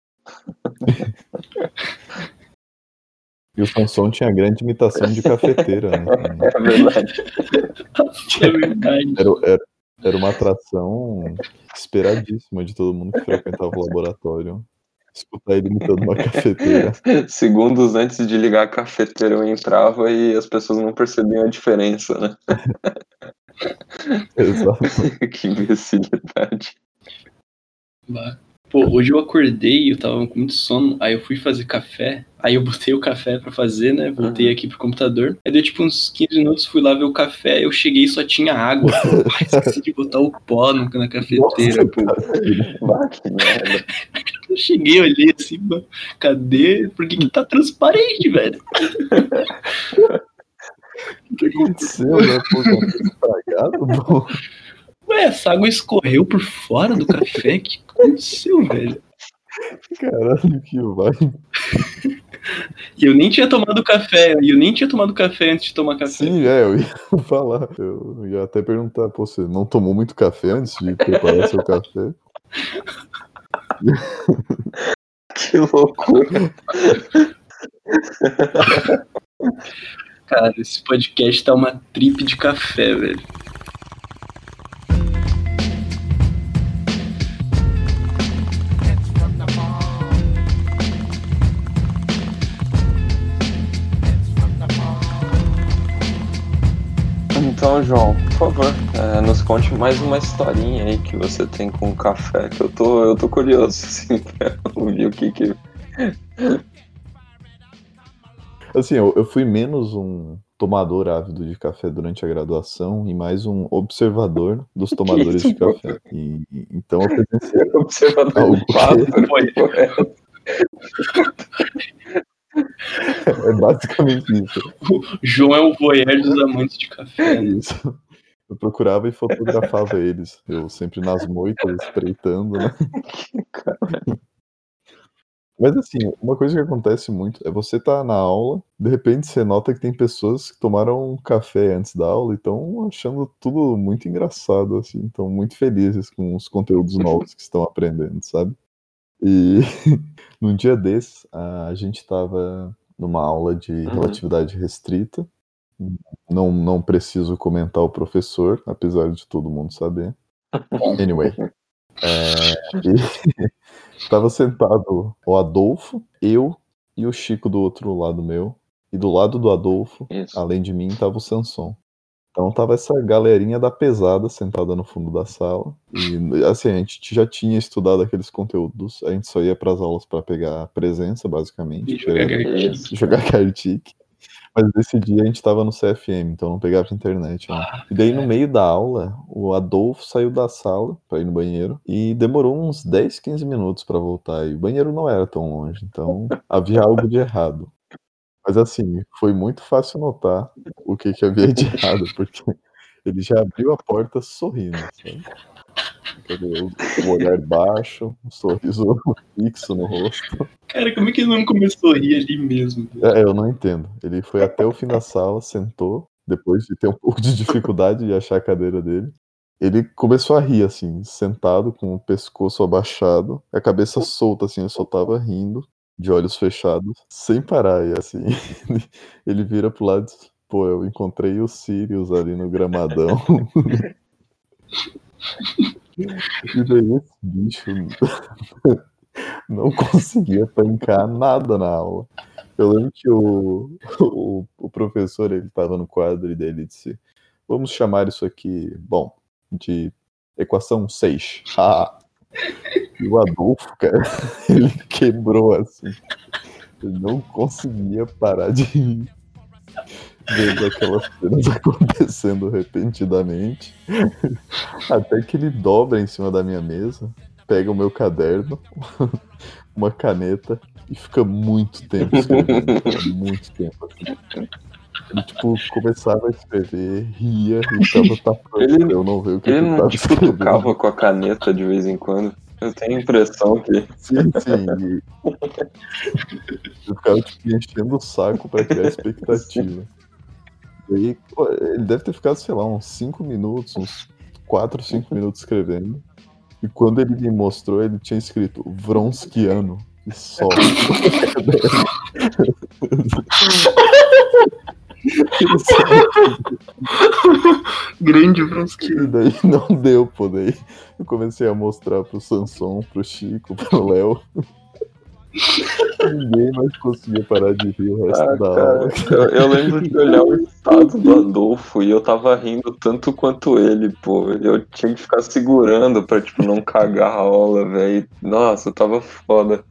e o Samson tinha grande imitação de cafeteira, né? também. é verdade. É verdade. Era, era, era uma atração esperadíssima de todo mundo que frequentava o laboratório. Escutar ele imitando uma cafeteira. Segundos antes de ligar a cafeteira eu entrava e as pessoas não percebiam a diferença, né? Exato. Que imbecilidade. Bah. Pô, hoje eu acordei e eu tava com muito sono, aí eu fui fazer café, aí eu botei o café pra fazer, né, voltei Uhum. aqui pro computador, aí deu tipo uns quinze minutos, fui lá ver o café, eu cheguei e só tinha água. Ai, esqueci de botar o pó no- na cafeteira, pô. Bah, que merda. Eu cheguei, olhei assim, mano, cadê? Por que que tá transparente, velho? O que aconteceu, né? Pô, café estragado, pô. Ué, essa água escorreu por fora do café? O que aconteceu, velho? Caralho, que vai. E eu nem tinha tomado café, e eu nem tinha tomado café antes de tomar café. Sim, é, eu ia falar. Eu ia até perguntar, pô, você não tomou muito café antes de preparar seu café? Que loucura. Cara, esse podcast tá uma trip de café, velho. Então, João, por favor, é, nos conte mais uma historinha aí que você tem com o café, que eu tô, eu tô curioso, assim, pra ouvir o que que... Assim, eu, eu fui menos um tomador ávido de café durante a graduação e mais um observador dos tomadores isso, de pô? café. E, então eu presenciei Observador algo de pássaro, Foi. que porra é essa? É basicamente isso. O João é o voyeur dos amantes de café, né? Isso. Eu procurava e fotografava eles. Eu sempre nas moitas, espreitando, né? Mas assim, uma coisa que acontece muito é você tá na aula, de repente você nota que tem pessoas que tomaram um café antes da aula e estão achando tudo muito engraçado, assim, estão muito felizes com os conteúdos novos que estão aprendendo, sabe? E num dia desses, a gente tava numa aula de Uhum. relatividade restrita. Não, não preciso comentar o professor, apesar de todo mundo saber. Anyway, É, e tava sentado o Adolfo, eu e o Chico do outro lado meu. E do lado do Adolfo, Isso. além de mim, tava o Samson. Então tava essa galerinha da pesada sentada no fundo da sala. E assim, a gente já tinha estudado aqueles conteúdos. A gente só ia pras aulas pra pegar presença, basicamente. E jogar pra Gartic. jogar Gartic. Mas nesse dia a gente tava no C F M, então não pegava internet. Né? Ah, E daí no meio da aula, o Adolfo saiu da sala pra ir no banheiro. E demorou uns dez, quinze minutos pra voltar. E o banheiro não era tão longe, então havia algo de errado. Mas assim, foi muito fácil notar o que, que havia de errado, porque ele já abriu a porta sorrindo, sabe? O, o olhar baixo, um sorriso fixo no rosto. Cara, como é que ele não começou a rir ali mesmo? É, eu não entendo. Ele foi até o fim da sala, sentou, depois de ter um pouco de dificuldade de achar a cadeira dele. Ele começou a rir, assim, sentado, com o pescoço abaixado, a cabeça solta, assim, ele só tava rindo, de olhos fechados, sem parar. E assim, ele vira pro lado e diz, pô, eu encontrei o Sirius ali no gramadão. E daí esse bicho não conseguia tancar nada na aula. Eu lembro que o, o, o professor, ele tava no quadro e dele disse, vamos chamar isso aqui, bom, de equação seis. Ah, e o Adolfo, cara, ele quebrou assim. Ele não conseguia parar de rir. Vendo aquelas cenas acontecendo repentinamente. Até que ele dobra em cima da minha mesa, pega o meu caderno, uma caneta e fica muito tempo escrevendo. Muito tempo assim. Ele, tipo, começava a escrever, ria e ficava tapando Ele- pra eu não ver o que Ele que não tava te escrevendo. cutucava com a caneta de vez em quando. Eu tenho a impressão que. Sim, sim. E eu ficava tipo, enchendo o saco pra criar expectativa. E aí, pô, ele deve ter ficado, sei lá, uns cinco minutos, uns quatro, cinco minutos escrevendo. E quando ele me mostrou, ele tinha escrito Vronskiano. E só. Grande Vronsky. E daí não deu, pô. Daí eu comecei a mostrar pro Samson, pro Chico, pro Léo. Ninguém mais conseguia parar de rir o resto Ah, da cara, aula. eu, eu lembro de olhar o estado do Adolfo e eu tava rindo tanto quanto ele, pô. Eu tinha que ficar segurando pra, tipo, não cagar a aula, velho. Nossa, tava foda.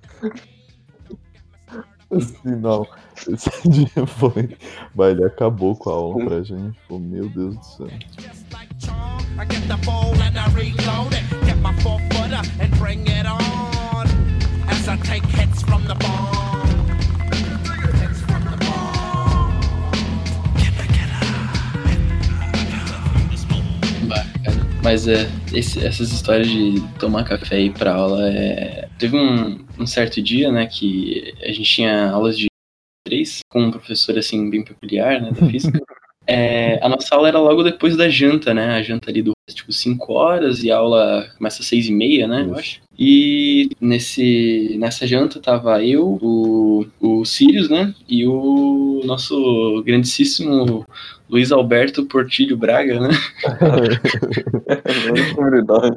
Assim, não. Esse dia foi. Mas ele acabou com a aula pra gente. Pô, meu Deus do céu. I get the ball and I reload it. Get my four footer and bring it on. As I take hits from the ball. Hits from the ball. Bacana. Mas é, esse- essas histórias de tomar café e ir pra aula é. Teve um, um certo dia, né, que a gente tinha aulas de três com um professor assim bem peculiar, né, da física. É, a nossa aula era logo depois da janta, né? A janta ali do tipo cinco horas e a aula começa às seis e meia, né? Eu Isso. acho. E nesse, nessa janta tava eu, o, o Sirius, né? E o nosso grandíssimo Luiz Alberto Portilho Braga, né? Não verdade.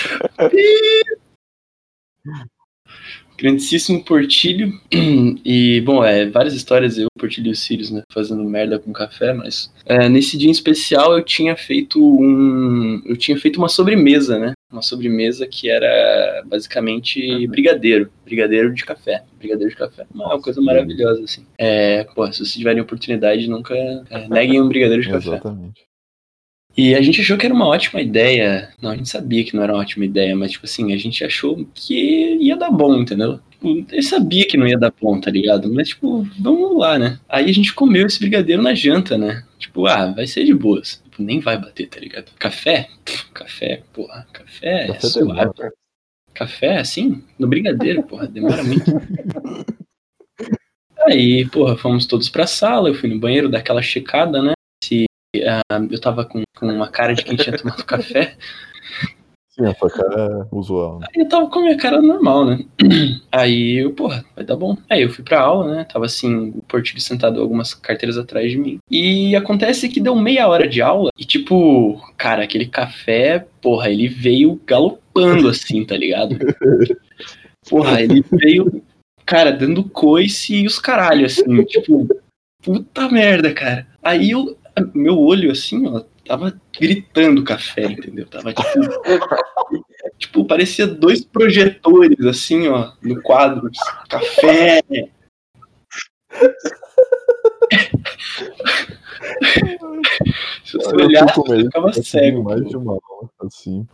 Grandíssimo Portilho. E, bom, é, várias histórias, eu, Portilho e o Sirius, né, fazendo merda com café, mas é, nesse dia em especial eu tinha feito um. Eu tinha feito uma sobremesa, né? Uma sobremesa que era basicamente brigadeiro. Brigadeiro de café. Brigadeiro de café. Uma coisa maravilhosa, assim. É, pô, se vocês tiverem oportunidade, nunca é, neguem um brigadeiro de café. Exatamente. E a gente achou que era uma ótima ideia. Não, a gente sabia que não era uma ótima ideia, mas, tipo assim, a gente achou que ia dar bom, entendeu? Tipo, eu sabia que não ia dar bom, tá ligado? Mas, tipo, vamos lá, né? Aí a gente comeu esse brigadeiro na janta, né? Tipo, ah, vai ser de boas. Tipo, nem vai bater, tá ligado? Café? Pff, café, porra. Café é Café suave. demora. Café, assim? No brigadeiro, porra, demora muito. Aí, porra, fomos todos pra sala, eu fui no banheiro dar aquela checada, né? Se uh, eu tava com, com uma cara de quem tinha tomado café. Sim, a sua cara é usual. Né? Aí eu tava com a minha cara normal, né? Aí eu, porra, vai dar bom. Aí eu fui pra aula, né? Tava assim, o Portilho sentado algumas carteiras atrás de mim. E acontece que deu meia hora de aula e, tipo, cara, aquele café, porra, ele veio galopando. gripando, assim, tá ligado? Porra, ele veio, cara, dando coice e os caralho, assim, tipo, puta merda, cara. Aí eu, meu olho, assim, ó, tava gritando café, entendeu? Tava, tipo, tipo, parecia dois projetores, assim, ó, no quadro, café. Se você olhasse, você ficava cego. Mais de uma aula, assim.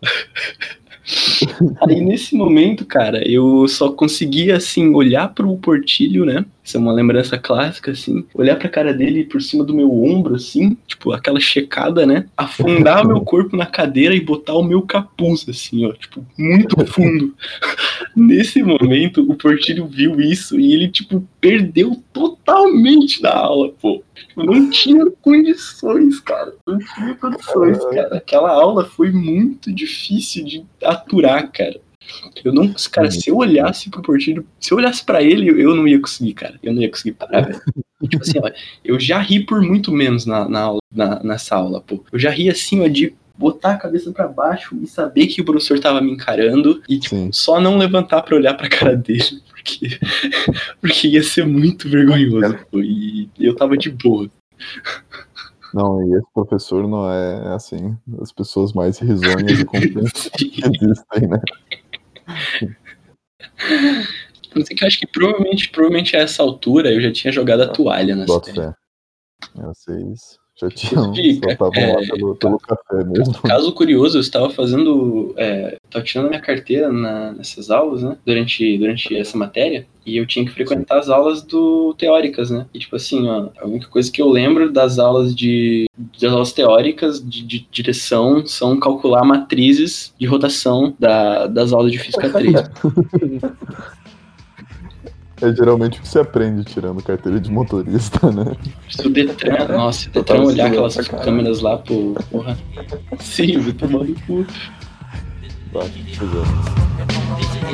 Aí nesse momento, cara, eu só conseguia, assim, olhar pro Portilho, né? Isso é uma lembrança clássica, assim. Olhar pra cara dele por cima do meu ombro, assim, tipo, aquela checada, né? Afundar meu corpo na cadeira e botar o meu capuz, assim, ó, tipo, muito fundo. Nesse momento, o Portilho viu isso e ele, tipo, perdeu totalmente na aula, pô. Eu não tinha condições, cara. Não tinha condições, cara. Aquela aula foi muito difícil de aturar, cara. Eu não, cara, se eu olhasse pro Portilho, se eu olhasse pra ele, eu não ia conseguir, cara. Eu não ia conseguir parar, velho. Tipo assim, ó, eu já ri por muito menos na, na aula, na, nessa aula, pô. Eu já ri assim, ó, de botar a cabeça pra baixo e saber que o professor tava me encarando e, tipo, Sim. só não levantar pra olhar pra cara dele, porque, porque ia ser muito vergonhoso, pô. E eu tava de boa. Não, e esse professor não é, assim, as pessoas mais risonhas e compreensivas que existem, né? Não sei, que eu acho que provavelmente, provavelmente a essa altura eu já tinha jogado a toalha na Bota série. fé. Vocês já tinham, Inclusive, só estavam é, lá pelo, pelo café mesmo. Caso curioso, eu estava fazendo. É, estava tirando a minha carteira na, nessas aulas, né? Durante, durante essa matéria. E eu tinha que frequentar as aulas do teóricas, né? E tipo assim, ó, a única coisa que eu lembro das aulas de. das aulas teóricas de, de direção são calcular matrizes de rotação da, das aulas de física três. É geralmente o que se aprende tirando carteira de motorista, né? Se o Detran, nossa, o Detran olhar aquelas câmeras lá, pô, porra. Sim, vai tomar no cu. Tá, pois é.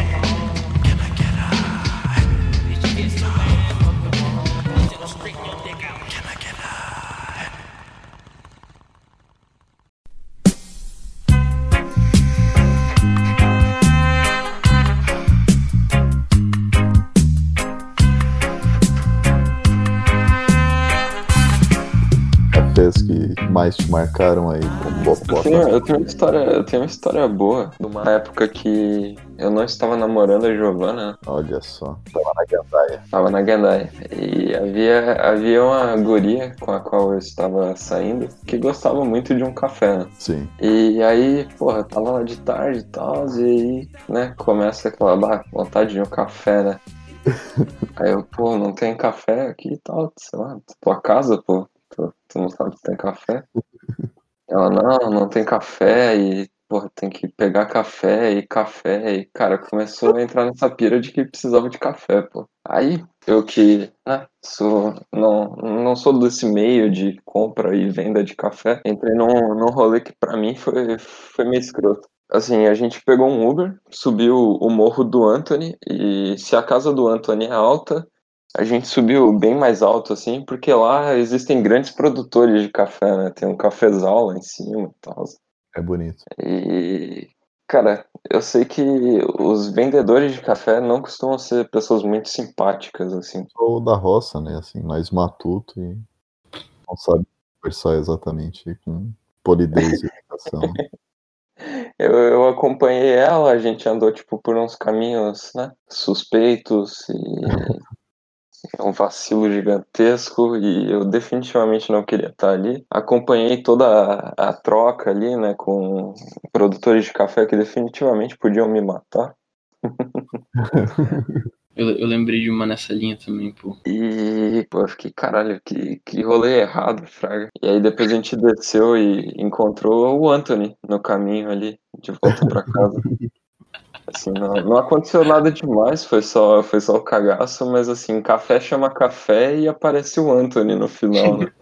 Cafés que mais te marcaram aí como Eu Bopó? tenho, eu tenho uma história, eu tenho uma história boa de uma época que eu não estava namorando a Giovana, né? Olha só, tava na gandaia. Tava na Gandaia. E havia, havia uma guria com a qual eu estava saindo que gostava muito de um café, né? Sim. E aí, porra, tava lá de tarde e tal, e aí, né, começa aquela bah, vontade de um café, né? Aí eu, pô, não tem café aqui e tal, sei lá, tua casa, pô, tu, tu não sabe se tem café? Ela, não, não tem café e, porra, tem que pegar café e café e, cara, começou a entrar nessa pira de que precisava de café, pô. Aí, eu que, né, sou, não, não sou desse meio de compra e venda de café, entrei num, num rolê que pra mim foi, foi meio escroto. Assim, a gente pegou um Uber, subiu o morro do Anthony, e se a casa do Anthony é alta, a gente subiu bem mais alto, assim, porque lá existem grandes produtores de café, né? Tem um cafezal lá em cima e tal. É bonito. E, cara, eu sei que os vendedores de café não costumam ser pessoas muito simpáticas, assim. Ou da roça, né? Assim, mais matuto e não sabe conversar exatamente com polidez e educação. Eu, eu acompanhei ela, a gente andou, tipo, por uns caminhos, né, suspeitos e é um vacilo gigantesco e eu definitivamente não queria estar ali. Acompanhei toda a, a troca ali, né, com produtores de café que definitivamente podiam me matar. Eu, eu lembrei de uma nessa linha também, pô. E, pô, eu fiquei, caralho, que, que rolê errado, fraga. E aí depois a gente desceu e encontrou o Anthony no caminho ali, de volta pra casa. Assim, não, não aconteceu nada demais, foi só, foi só o cagaço, mas assim, café chama café e aparece o Anthony no final, né?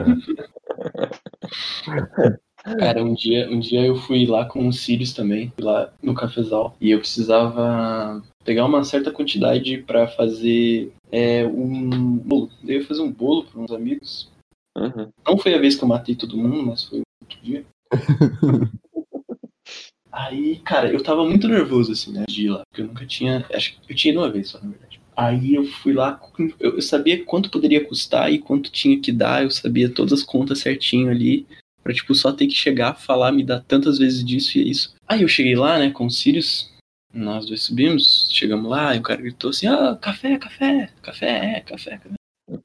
Cara, um dia, um dia eu fui lá com os Sirius também, fui lá no cafezal, e eu precisava pegar uma certa quantidade pra fazer é, um bolo. Eu ia fazer um bolo para uns amigos. Uhum. Não foi a vez que eu matei todo mundo, mas foi outro dia. Aí, cara, eu tava muito nervoso, assim, né, de ir lá, porque eu nunca tinha, acho que eu tinha ido uma vez só, na verdade. Aí eu fui lá, eu sabia quanto poderia custar e quanto tinha que dar, eu sabia todas as contas certinho ali, pra, tipo, só ter que chegar, falar, me dar tantas vezes disso e é isso. Aí eu cheguei lá, né, com o Sirius, nós dois subimos, chegamos lá, e o cara gritou assim, ah, café, café, café, é, café, café.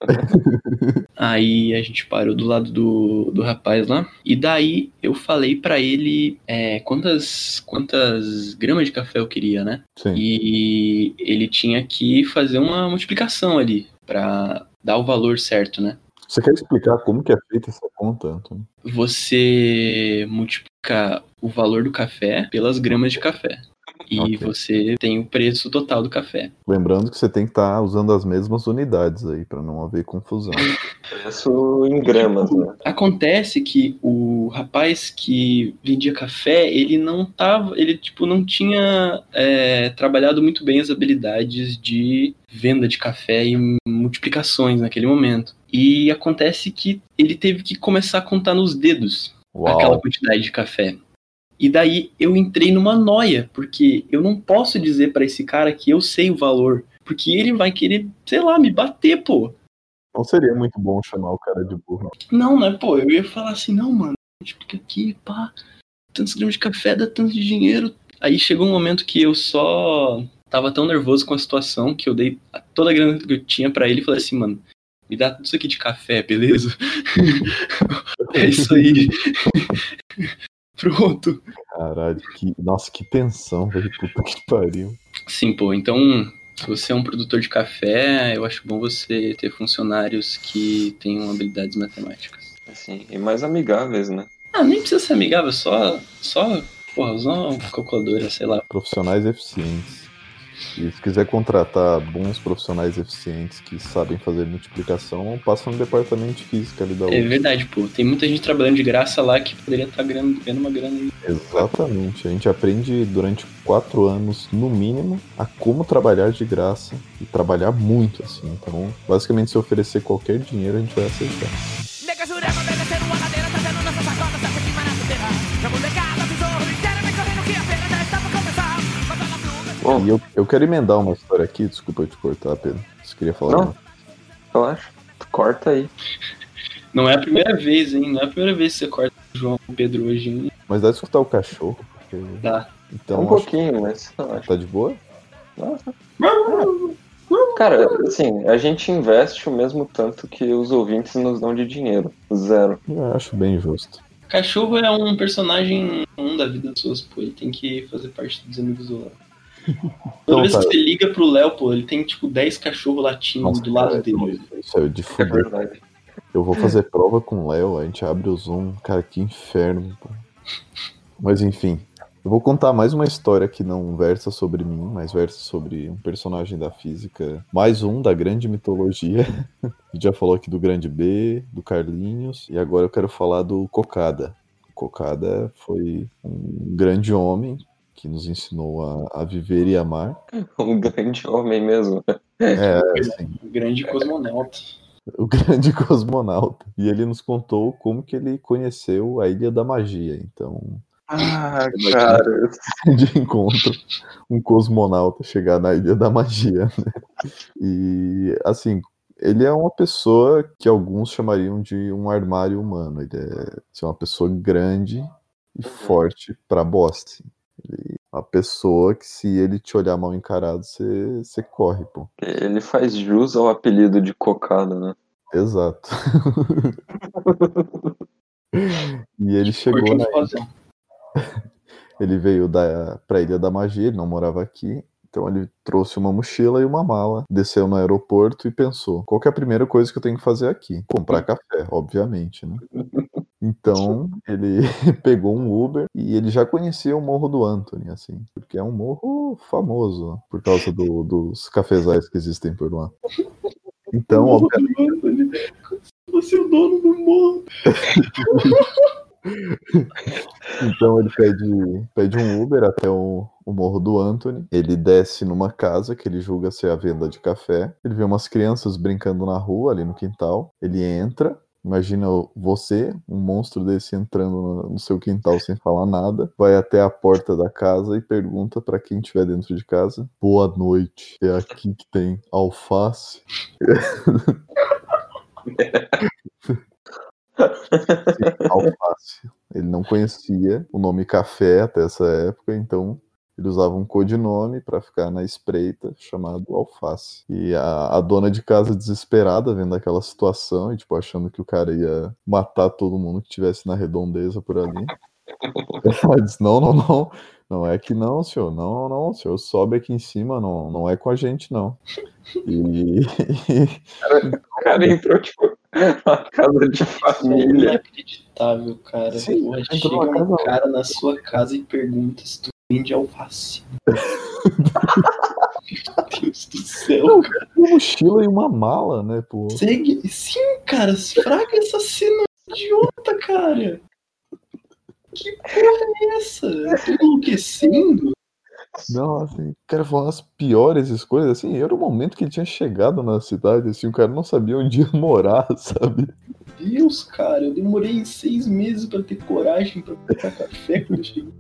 Aí a gente parou do lado do, do rapaz lá. E daí eu falei pra ele é, quantas, quantas gramas de café eu queria, né? Sim. E ele tinha que fazer uma multiplicação ali pra dar o valor certo, né? Você quer explicar como que é feita essa conta, Antônio? Você multiplica o valor do café pelas gramas de café. E Ok. você tem o preço total do café. Lembrando que você tem que estar usando as mesmas unidades aí, pra não haver confusão. Preço em gramas, né? Acontece que o rapaz que vendia café, ele não tava, ele tipo não tinha é, trabalhado muito bem as habilidades de venda de café e multiplicações naquele momento. E acontece que ele teve que começar a contar nos dedos Uau. aquela quantidade de café. E daí eu entrei numa noia, porque eu não posso dizer pra esse cara que eu sei o valor, porque ele vai querer, sei lá, me bater, pô. Não seria muito bom chamar o cara de burro. Não, né, pô, eu ia falar assim, não, mano, multiplica aqui, pá, tantos gramas de café dá tanto de dinheiro. Aí chegou um momento que eu só tava tão nervoso com a situação que eu dei toda a grana que eu tinha pra ele e falei assim, mano, me dá tudo isso aqui de café, beleza? É isso aí. Pronto. Caralho, que... nossa, que tensão, velho, puta que pariu. Sim, pô, então, se você é um produtor de café, eu acho bom você ter funcionários que tenham habilidades matemáticas. Assim, e mais amigáveis, né? Ah, nem precisa ser amigável, só, só, porra, usar uma calculadora, sei lá. Profissionais eficientes. E se quiser contratar bons profissionais eficientes que sabem fazer multiplicação, passa no departamento de física ali da U F É S. verdade, pô, tem muita gente trabalhando de graça lá que poderia estar ganhando, ganhando uma grana aí. Exatamente. A gente aprende durante quatro anos, no mínimo, a como trabalhar de graça e trabalhar muito, assim. Então, basicamente, se oferecer qualquer dinheiro, a gente vai aceitar. Bom, E eu, eu quero emendar uma história aqui, desculpa eu te cortar, Pedro. Você queria falar? Não. Uma? relaxa, tu corta aí. Não é a primeira vez, hein? Não é a primeira vez que você corta o João Pedro hoje, hein? Mas dá de escutar o cachorro, porque... Tá. Então, um acho pouquinho, mas eu que acho. tá de boa? Nossa. Cara, assim, a gente investe o mesmo tanto que os ouvintes nos dão de dinheiro. Zero. Eu acho bem justo. Cachorro é um personagem um da vida das pessoas, pô. Ele tem que fazer parte dos amigos do Léo. Toda Então, vez tá. que você liga pro Léo, pô, ele tem tipo dez cachorros latindo Nossa, do lado cara, dele. Isso é de É fuder. verdade. Eu vou fazer prova com o Léo, a gente abre o Zoom. Cara, que inferno, pô. Mas enfim, eu vou contar mais uma história que não versa sobre mim, mas versa sobre um personagem da física. Mais um da grande mitologia. A gente já falou aqui do Grande B, do Carlinhos, e agora eu quero falar do Cocada. O Cocada foi um grande homem que nos ensinou a, a viver e amar. Um grande homem mesmo. É, assim, Grande cosmonauta. o grande cosmonauta. E ele nos contou como que ele conheceu a Ilha da Magia. Então, Ah, Imagina. cara. de encontro, um cosmonauta chegar na Ilha da Magia, né? E, assim, ele é uma pessoa que alguns chamariam de um armário humano. Ele é assim, uma pessoa grande e forte pra bosta. Assim. Ele é uma pessoa que, se ele te olhar mal encarado, você você corre, pô. Ele faz jus ao apelido de cocada, né? Exato. E ele chegou Curtiu na o fazão. Ele veio da, pra Ilha da Magia, ele não morava aqui. Então ele trouxe uma mochila e uma mala, desceu no aeroporto e pensou, qual que é a primeira coisa que eu tenho que fazer aqui? Comprar café, obviamente, né? Então ele pegou um Uber e ele já conhecia o Morro do Antony, assim, porque é um morro famoso por causa do, dos cafezais que existem por lá. Então, obviamente... Você é o dono do morro. Então ele pede, pede um Uber até o, o Morro do Antony. Ele desce numa casa que ele julga ser a venda de café. Ele vê umas crianças brincando na rua, ali no quintal. Ele entra Imagina você, um monstro desse, entrando no, no seu quintal sem falar nada, vai até a porta da casa e pergunta pra quem estiver dentro de casa: boa noite, é aqui que tem alface? Sim, alface. Ele não conhecia o nome café até essa época, então ele usava um codinome para ficar na espreita, chamado Alface. E a, a dona de casa, desesperada, vendo aquela situação e tipo, achando que o cara ia matar todo mundo que estivesse na redondeza por ali, ela disse: não, não, não, não é que não, senhor, não, não, o senhor sobe aqui em cima, não, não é com a gente, não. E... O cara entrou, tipo, numa casa de família. Inacreditável, cara. Sim, Porra, entrou chega numa um casa- cara na sua casa e pergunta se tu vende alface. Meu Deus do céu, cara. uma mochila e uma mala, né, pô? Segue. Sim, cara, fraga essa cena idiota, cara. Que porra é essa? Eu tô enlouquecendo? Não, assim, o cara falou as piores escolhas, assim, era o momento que ele tinha chegado na cidade, assim, o cara não sabia onde ia morar, sabe? Deus, cara, eu demorei seis meses pra ter coragem pra comprar café quando eu cheguei.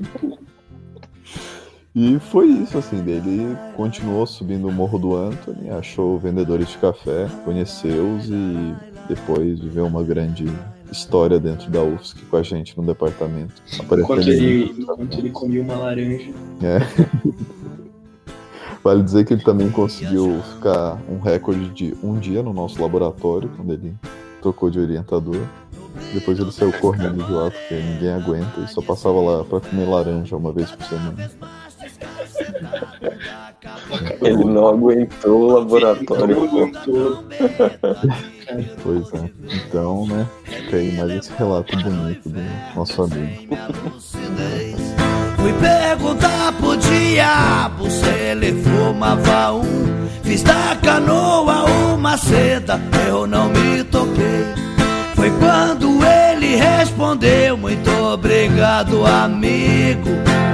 E foi isso, assim, dele continuou subindo o Morro do Anthony, achou vendedores de café, conheceu-os e depois viveu uma grande história dentro da U F S C com a gente no departamento. Enquanto Aparecendo ele, em- enquanto ele comia uma laranja. É. Vale dizer que ele também conseguiu ficar um recorde de um dia no nosso laboratório, quando ele trocou de orientador. Depois ele saiu correndo de lá, porque ninguém aguenta, e só passava lá pra comer laranja uma vez por semana. Ele não aguentou o laboratório. Não aguentou. Pois é. Então, né, fica aí mais esse relato bonito do nosso amigo. Fui perguntar pro diabo se ele fumava um. Fiz da canoa uma seda, eu não me toquei. Foi quando ele respondeu: muito obrigado, amigo,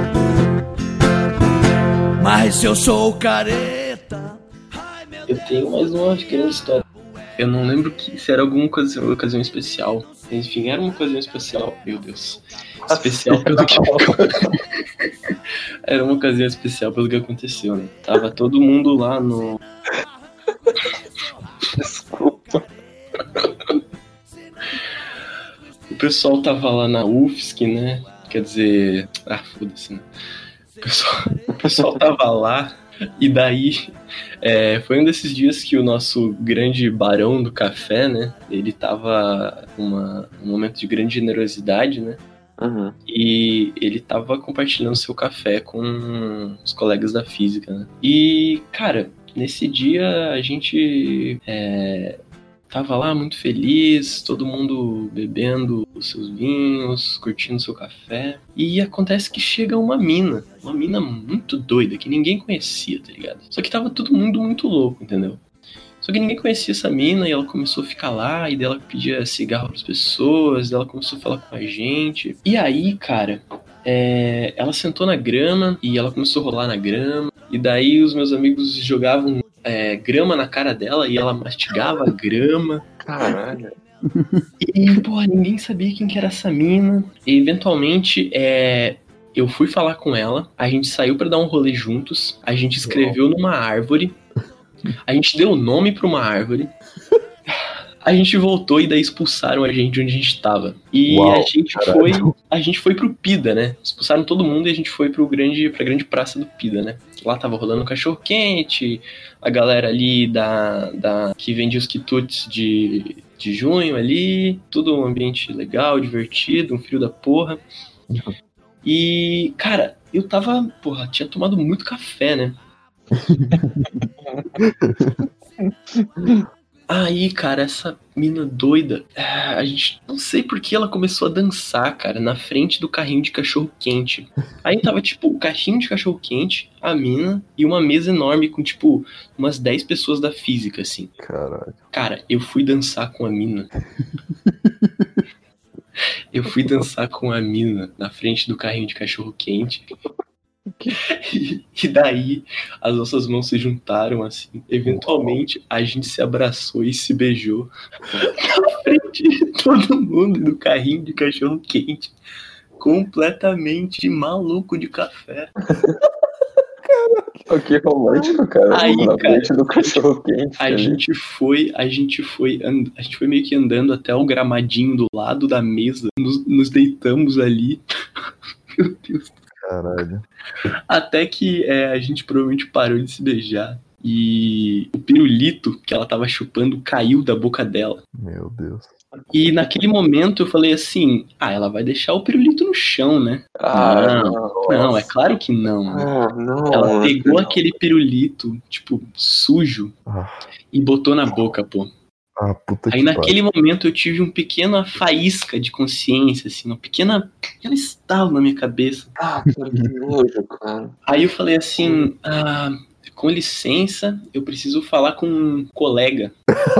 mas se eu sou careta. Ai, meu Eu tenho mais uma grande história. Eu não lembro que, se era alguma ocasião, ocasião especial. Enfim, era uma ocasião especial. Meu Deus. Especial pelo que... Era uma ocasião especial pelo que aconteceu, né? Tava todo mundo lá no... Desculpa. O pessoal tava lá na U F S C, né? Quer dizer... Ah, foda-se, né? O pessoal, o pessoal tava lá e daí... É, foi um desses dias que o nosso grande barão do café, né? Ele tava uma, um momento de grande generosidade, né? Uhum. E ele tava compartilhando seu café com os colegas da física, né? E, cara, nesse dia a gente é, tava lá muito feliz, todo mundo bebendo os seus vinhos, curtindo seu café. E acontece que chega uma mina, uma mina muito doida, que ninguém conhecia, tá ligado? Só que tava todo mundo muito louco, entendeu? Só que ninguém conhecia essa mina e ela começou a ficar lá, e daí ela pedia cigarro pras pessoas, ela começou a falar com a gente. E aí, cara, é, ela sentou na grama e ela começou a rolar na grama. E daí os meus amigos jogavam é, grama na cara dela e ela mastigava a grama. Caralho. E, porra, ninguém sabia quem que era essa mina. E, eventualmente, é, eu fui falar com ela, a gente saiu pra dar um rolê juntos, a gente escreveu numa árvore, a gente deu nome pra uma árvore, a gente voltou e daí expulsaram a gente de onde a gente tava. E Uau, a gente caralho. foi. A gente foi pro Pida, né? Expulsaram todo mundo e a gente foi pro grande, pra grande praça do Pida, né? Lá tava rolando um cachorro quente, a galera ali da, da que vendia os quitutes de, de junho ali, tudo um ambiente legal, divertido, um frio da porra. E, cara, eu tava, porra, tinha tomado muito café, né? Aí, cara, essa mina doida, a gente não sei por que ela começou a dançar, cara, na frente do carrinho de cachorro quente. Aí tava, tipo, o carrinho de cachorro quente, a mina e uma mesa enorme com, tipo, umas dez pessoas da física, assim. Caralho. Cara, eu fui dançar com a mina. Eu fui dançar com a mina na frente do carrinho de cachorro quente. E, e daí as nossas mãos se juntaram assim. Eventualmente a gente se abraçou e se beijou na frente de todo mundo no carrinho de cachorro quente, completamente maluco de café. Oh, que romântico, cara. Aí, Na cara, frente do cachorro quente. A ali. gente foi, a gente foi, and- a gente foi meio que andando até o gramadinho do lado da mesa, nos, nos deitamos ali. Meu Deus. Caralho. Até que é, a gente provavelmente parou de se beijar. E o pirulito que ela tava chupando caiu da boca dela. Meu Deus. E naquele momento eu falei assim, ah, ela vai deixar o pirulito no chão, né? Ah, não, não. não, é claro que não, né? Ah, não. Ela pegou não. aquele pirulito, tipo, sujo, Ah, e botou na boca, pô. ah puta Aí que naquele momento eu tive uma pequena faísca de consciência, assim, uma pequena, pequena estalo na minha cabeça. Ah, cara, que nojo, cara. Aí eu falei assim, ah, com licença, eu preciso falar com um colega.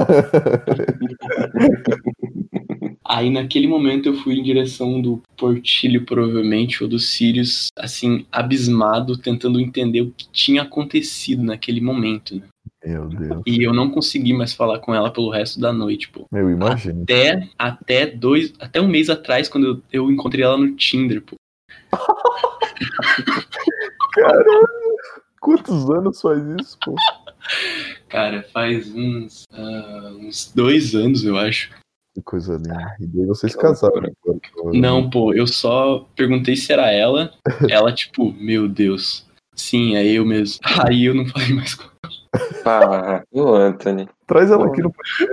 Aí naquele momento eu fui em direção do Portilho, provavelmente, ou do Sirius, assim, abismado, tentando entender o que tinha acontecido naquele momento, né? Meu Deus. E eu não consegui mais falar com ela pelo resto da noite, pô. Meu, imagina. Até, até, dois, até um mês atrás, quando eu, eu encontrei ela no Tinder, pô. Caralho. Quantos anos faz isso, pô? Cara, faz uns, uh, uns dois anos, eu acho. Que coisa linda. E daí vocês casaram agora. Não, pô, eu só perguntei se era ela. Ela, tipo, meu Deus. Sim, é eu mesmo. Aí eu não falei mais com Ah, o Anthony. Traz ela Pô. aqui no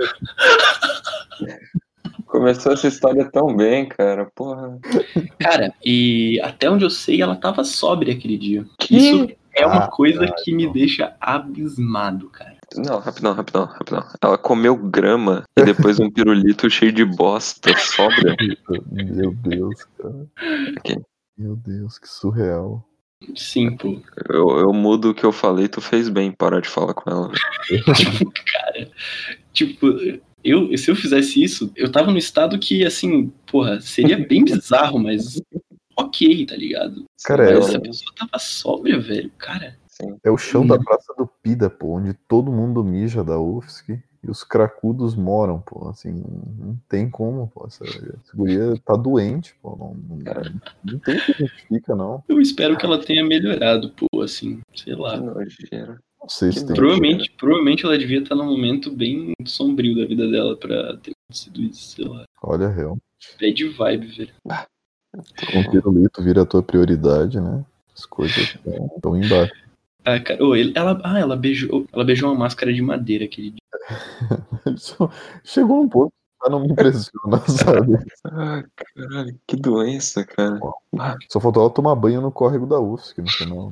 Começou essa história tão bem, cara. Porra. Cara, e até onde eu sei, ela tava sóbria aquele dia. Que? Isso é uma Ah, coisa caralho. que me deixa abismado, cara. Não, rapidão, rapidão, rapidão. Ela comeu grama e depois um pirulito cheio de bosta, sobra. Meu Deus, cara. Ok. Meu Deus, que surreal. Sim, pô. Eu, eu mudo o que eu falei, tu fez bem parar de falar com ela. Tipo, cara. Tipo, eu, se eu fizesse isso, eu tava no estado que, assim, porra, seria bem bizarro, mas ok, tá ligado? Cara, Mas é, essa pessoa tava sóbria, velho, cara. Sim. é o chão da Praça do Pida, pô, onde todo mundo mija da U F S C e os cracudos moram, pô. Assim, não, não tem como, pô. Essa, essa guria tá doente, pô. Não, não, não tem o que justifica, não. Eu espero que ela tenha melhorado, pô, assim, sei lá. Que nojeira. Não sei se Que tem. Provavelmente, provavelmente ela devia estar num momento bem sombrio da vida dela pra ter acontecido isso, sei lá. Olha, real. Bad vibe, velho. Com o pirulito vira a tua prioridade, né? As coisas estão embaixo. Ah, cara, ô, ele- ela, ah, ela beijou, ela beijou uma máscara de madeira aquele dia. Isso chegou um ponto que não me impressiona, sabe? Ah, caralho, que doença, cara. Ah, Só faltou ela tomar banho no córrego da U F S C no final.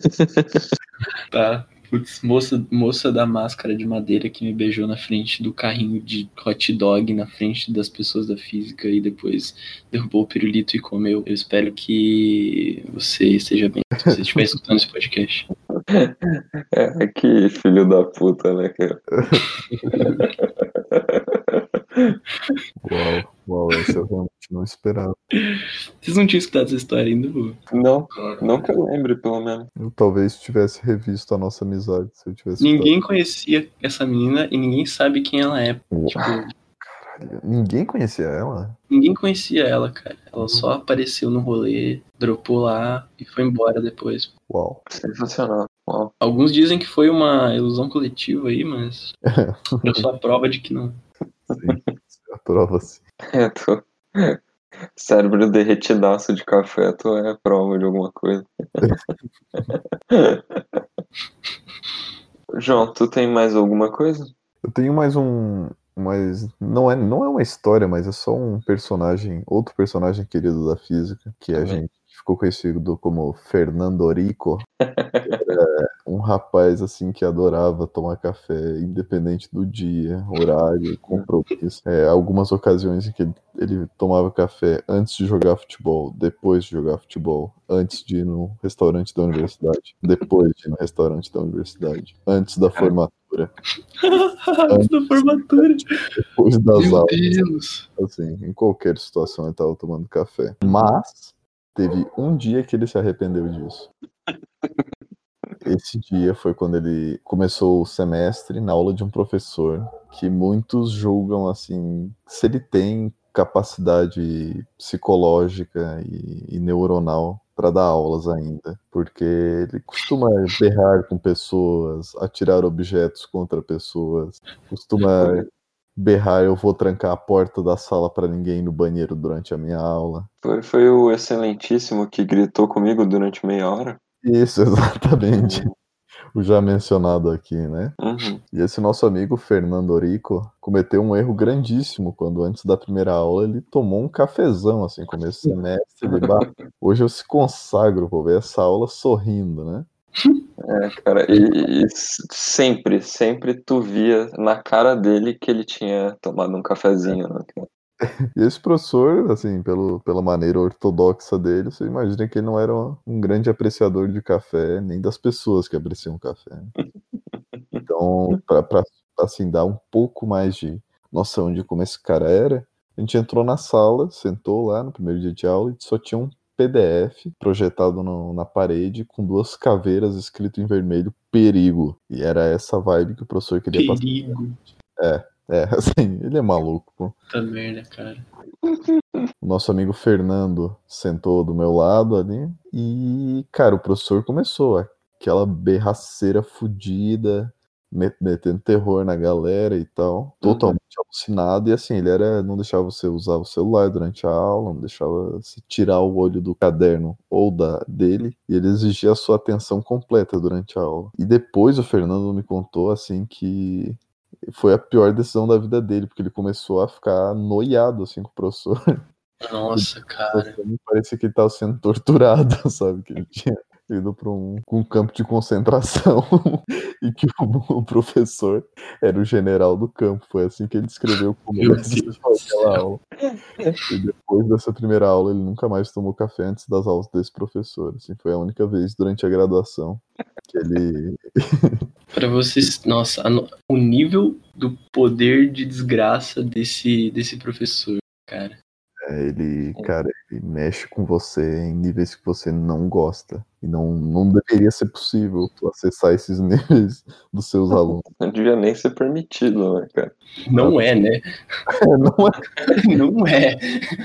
Tá. Putz, moça, moça da máscara de madeira que me beijou na frente do carrinho de hot dog, na frente das pessoas da física e depois derrubou o pirulito e comeu. Eu espero que você esteja bem se você estiver escutando esse podcast. É, que filho da puta, né, cara? Uau, uau, essa eu realmente não esperava. Vocês não tinham escutado essa história ainda, pô? Não, não que eu lembre, pelo menos. Eu talvez tivesse revisto a nossa amizade se eu tivesse Ninguém conhecia essa menina e ninguém sabe quem ela é. escutado. Tipo, Caralho, ninguém conhecia ela? ninguém conhecia ela, cara. Ela só apareceu no rolê, dropou lá e foi embora depois. Uau. Sensacional. Uau. Alguns dizem que foi uma ilusão coletiva aí, mas eu sou a prova de que não. Sim, a prova sim. É, tô... Cérebro derretidaço de café, tu é prova de alguma coisa. João, tu tem mais alguma coisa? Eu tenho mais um. Mas não é, não é uma história, mas é só um personagem, outro personagem querido da física, que a gente ficou conhecido como Fernando Rico. É um rapaz assim que adorava tomar café, independente do dia, horário, compromisso. É, algumas ocasiões em que ele, ele tomava café antes de jogar futebol, depois de jogar futebol, antes de ir no restaurante da universidade, depois de ir no restaurante da universidade, antes da formatura, Antes da formatura. depois das Meu aulas. Deus. Assim, em qualquer situação ele estava tomando café. Mas teve um dia que ele se arrependeu disso. Esse dia foi quando ele começou o semestre na aula de um professor que muitos julgam assim, se ele tem capacidade psicológica e, e neuronal para dar aulas ainda, porque ele costuma berrar com pessoas, atirar objetos contra pessoas, costuma berrar, eu vou trancar a porta da sala para ninguém ir no banheiro durante a minha aula. Foi, foi o excelentíssimo que gritou comigo durante meia hora. Isso, exatamente. O já mencionado aqui, né? Uhum. E esse nosso amigo Fernando Orico cometeu um erro grandíssimo quando antes da primeira aula ele tomou um cafezão, assim, começo do semestre. Ele, bah, hoje eu se consagro, vou ver essa aula sorrindo, né? É, cara, e, e sempre, sempre tu via na cara dele que ele tinha tomado um cafezinho, né, cara? E esse professor, assim, pelo, pela maneira ortodoxa dele, você imagina que ele não era um grande apreciador de café, nem das pessoas que apreciam café. Então, pra, pra assim, dar um pouco mais de noção de como esse cara era, a gente entrou na sala, sentou lá no primeiro dia de aula e só tinha um P D F projetado no, na parede com duas caveiras escrito em vermelho, perigo. E era essa vibe que o professor queria passar. Perigo. É. É, assim, ele é maluco, pô. Puta merda, cara. O nosso amigo Fernando sentou do meu lado ali e, cara, o professor começou aquela berraceira fudida, metendo terror na galera e tal, totalmente uhum. alucinado. E assim, ele era, não deixava você usar o celular durante a aula, não deixava você tirar o olho do caderno ou da dele, e ele exigia a sua atenção completa durante a aula. E depois o Fernando me contou, assim, que foi a pior decisão da vida dele, porque ele começou a ficar noiado, assim, com o professor. Nossa, cara. Parecia que ele tava sendo torturado, sabe? Que ele tinha ido para um, um campo de concentração e que o, o professor era o general do campo. Foi assim que ele descreveu como ele aquela aula. E depois dessa primeira aula, ele nunca mais tomou café antes das aulas desse professor. Assim, foi a única vez durante a graduação que ele... Pra vocês, nossa, o nível do poder de desgraça desse, desse professor, cara. É, ele, cara, ele mexe com você em níveis que você não gosta. E não, não deveria ser possível tu acessar esses níveis dos seus alunos. Não devia nem ser permitido, né, cara? Não é, né? É, não é. Não é.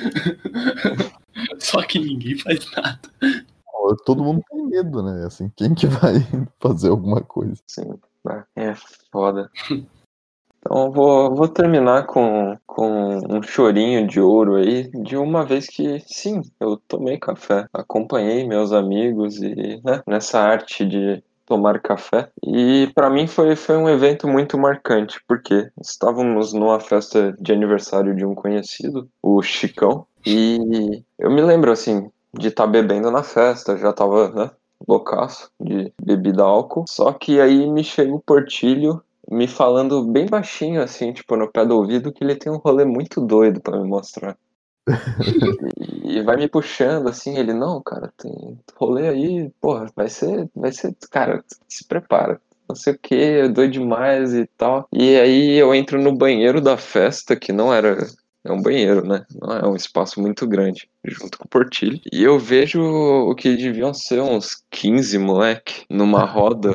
Só que ninguém faz nada. Todo mundo tem medo, né? Assim, quem que vai fazer alguma coisa? Sim, é foda. Então eu vou, vou terminar com, com um chorinho de ouro aí, de uma vez que, sim, eu tomei café, acompanhei meus amigos e, né, nessa arte de tomar café. E para mim foi, foi um evento muito marcante, porque estávamos numa festa de aniversário de um conhecido, o Chicão, e eu me lembro, assim, de estar tá bebendo na festa, já tava, né, loucaço de bebida álcool, só que aí me chega o Portilho me falando bem baixinho, assim, tipo, no pé do ouvido, que ele tem um rolê muito doido pra me mostrar. e, e vai me puxando, assim, ele, não, cara, tem rolê aí, porra, vai ser, vai ser, cara, se prepara. Não sei o que, é doido demais e tal. E aí eu entro no banheiro da festa, que não era... É um banheiro, né? Não é um espaço muito grande, junto com o Portilho. E eu vejo o que deviam ser uns quinze moleque numa roda.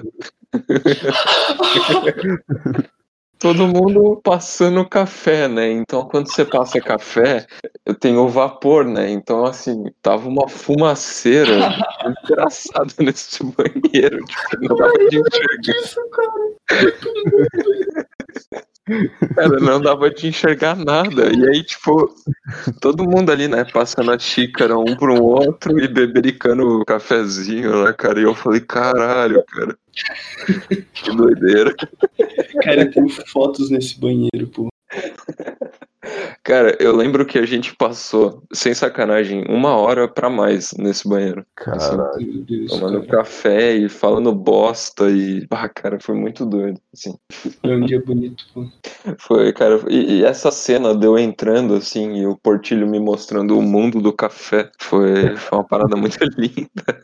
Todo mundo passando café, né? Então, quando você passa café, eu tenho o vapor, né? Então, assim, tava uma fumaceira engraçada nesse banheiro. Tipo, não dava de enxergar. Isso, cara. Cara, não dava de enxergar nada. E aí, tipo, todo mundo ali, né, passando a xícara um pro outro e bebericando o cafezinho, né, cara? E eu falei, caralho, cara. Que doideira. Cara, eu tenho fotos nesse banheiro, pô. Cara, eu lembro que a gente passou, sem sacanagem, uma hora pra mais nesse banheiro. Caralho. Assim, Deus, tomando cara. Café e falando bosta e... Ah, cara, foi muito doido, assim. Foi um dia bonito, pô. Foi, cara. E, e essa cena de eu entrando, assim, e o Portilho me mostrando o mundo do café, foi, foi uma parada muito linda.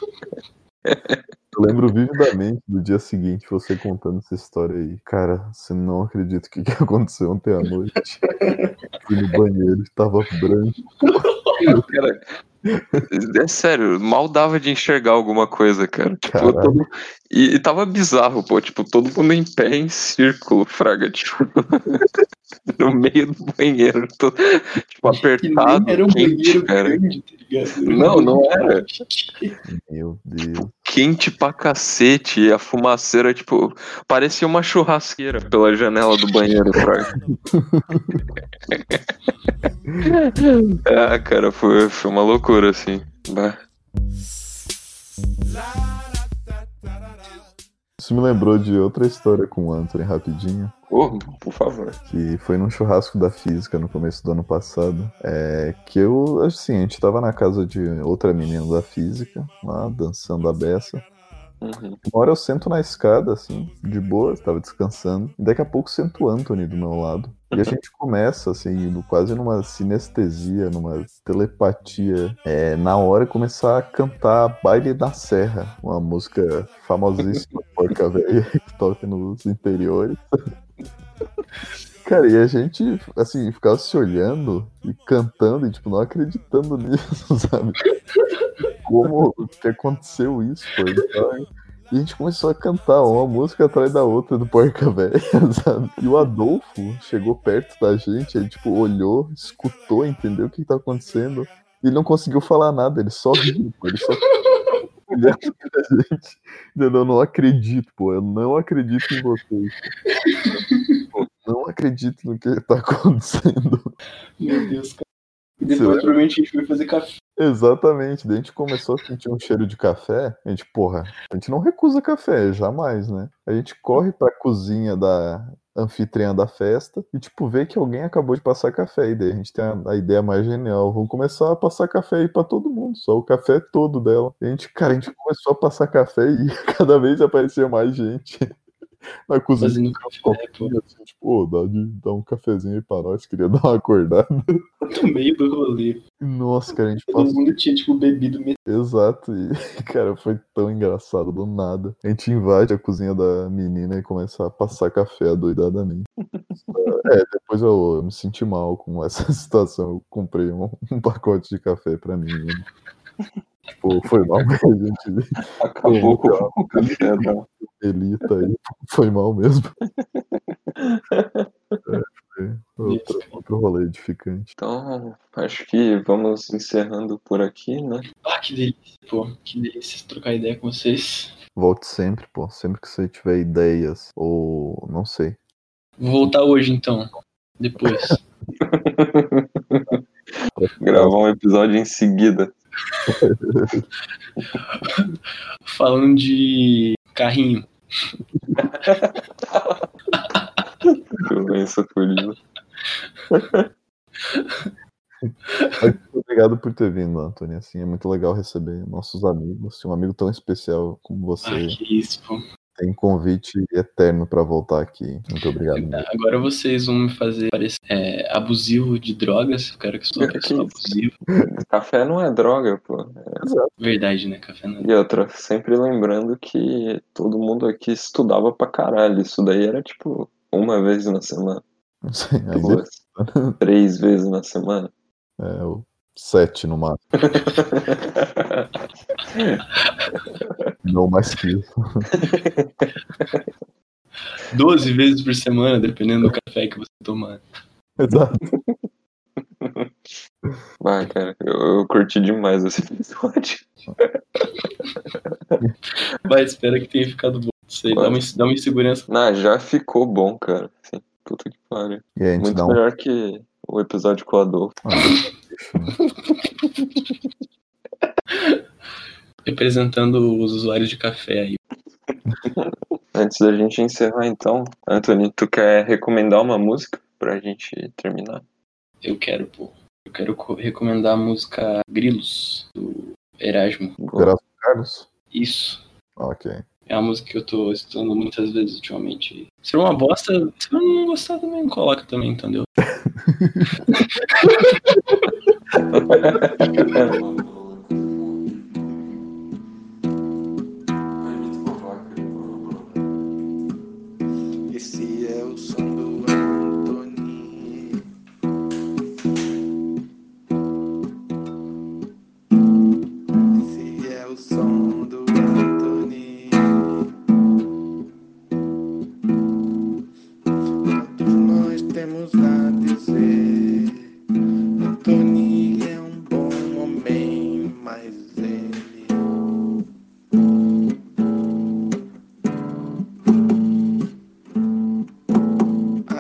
Eu lembro vividamente do dia seguinte você contando essa história aí. Cara, você não acredita o que, que aconteceu ontem à noite. Fui no banheiro, estava branco. Cara, É sério, mal dava de enxergar alguma coisa, cara. Tipo, Caralho. todo... e, e tava bizarro, pô. Tipo, todo mundo em pé em círculo, fraga. Tipo, no meio do banheiro. Todo... Tipo, Que nem apertado, era um quente, banheiro cara. grande, tá ligado? Era um Não, não banheiro era. grande. Meu Deus. Quente pra cacete. E a fumaceira, tipo, parecia uma churrasqueira pela janela do banheiro, fraga. Ah, cara, foi, foi uma loucura, assim. Bah. Isso me lembrou de outra história com o Anthony, rapidinho. Oh, por favor. Que foi num churrasco da física no começo do ano passado. É, que eu, assim, a gente tava na casa de outra menina da física, lá, dançando a beça. Uhum. Uma hora eu sento na escada, assim, de boa, tava descansando. E daqui a pouco sento o Anthony do meu lado. E a gente começa, assim, indo quase numa sinestesia, numa telepatia. É, na hora começar a cantar Baile da Serra, uma música famosíssima, Porca Véia, que toca nos interiores. Cara, e a gente, assim, ficava se olhando e cantando e, tipo, não acreditando nisso, sabe? Como que aconteceu isso, pô? Então, e a gente começou a cantar uma música atrás da outra do Porca Véia, sabe? E o Adolfo chegou perto da gente, ele, tipo, olhou, escutou, entendeu o que, que tá acontecendo. E ele não conseguiu falar nada, ele só riu, pô. Ele só olhando pra gente. Eu não acredito, pô. Eu não acredito em vocês. Pô, não acredito no que tá acontecendo. Meu Deus, cara. E depois provavelmente a gente foi fazer café. Exatamente, daí a gente começou a sentir um cheiro de café, a gente, porra, a gente não recusa café, jamais, né? A gente corre pra cozinha da anfitriã da festa e, tipo, vê que alguém acabou de passar café, e daí a gente tem a, a ideia mais genial, vamos começar a passar café aí pra todo mundo, só o café todo dela. E a gente, cara, a gente começou a passar café e cada vez aparecia mais gente na cozinha. Fazendo café, pô. Assim, tipo, oh, dá, de, dá um cafezinho aí pra nós, queria dar uma acordada. No meio do rolê. Nossa, cara, a gente Todo passou. mundo tinha, tipo, bebido metade. Exato, e, cara, foi tão engraçado, do nada. A gente invade a cozinha da menina e começa a passar café adoidadamente. É, depois eu, eu me senti mal com essa situação. Eu comprei um, um pacote de café pra mim. Né? Tipo, foi mal mesmo, a gente. Acabou com o café da Elita aí, foi mal mesmo. É, foi outro, outro rolê edificante. Então, acho que vamos encerrando por aqui, né? Ah, que delícia, pô. Que delícia trocar ideia com vocês. Volte sempre, pô. Sempre que você tiver ideias, ou não sei. Vou voltar hoje, então. Depois. Gravar um episódio em seguida. Falando de carrinho. Violência fodida. Obrigado por ter vindo, Antônio. Assim, é muito legal receber nossos amigos. Um amigo tão especial como você. Ah, que isso, pô. Tem convite eterno pra voltar aqui. Muito obrigado. Mesmo. Agora vocês vão me fazer parecer é, abusivo de drogas. Eu quero que eu sou uma pessoa abusiva. Café não é droga, pô. É... Verdade, né? Café não é droga. E outra, sempre lembrando que todo mundo aqui estudava pra caralho. Isso daí era tipo uma vez na semana. Não sei, Duas, três vezes na semana. É, o sete no máximo. Não mais que isso. Doze vezes por semana, dependendo do café que você tomar. Exato. Ah, cara, eu, eu curti demais esse episódio. Vai, espero que tenha ficado bom. Sei, dá uma, dá uma insegurança. Não, já ficou bom, cara. Assim, puta que pariu. Muito um... melhor que o episódio com o Adolfo. Ah, Representando os usuários de café aí. Antes da gente encerrar, então, Anthony, tu quer recomendar uma música pra gente terminar? Eu quero, pô. Eu quero recomendar a música Grilos, do Erasmo. Erasmo Carlos? Isso. Ok. É uma música que eu tô estudando muitas vezes ultimamente. Se for uma bosta, se eu não gostar também, coloca também, entendeu? Esse é o som do Antônio.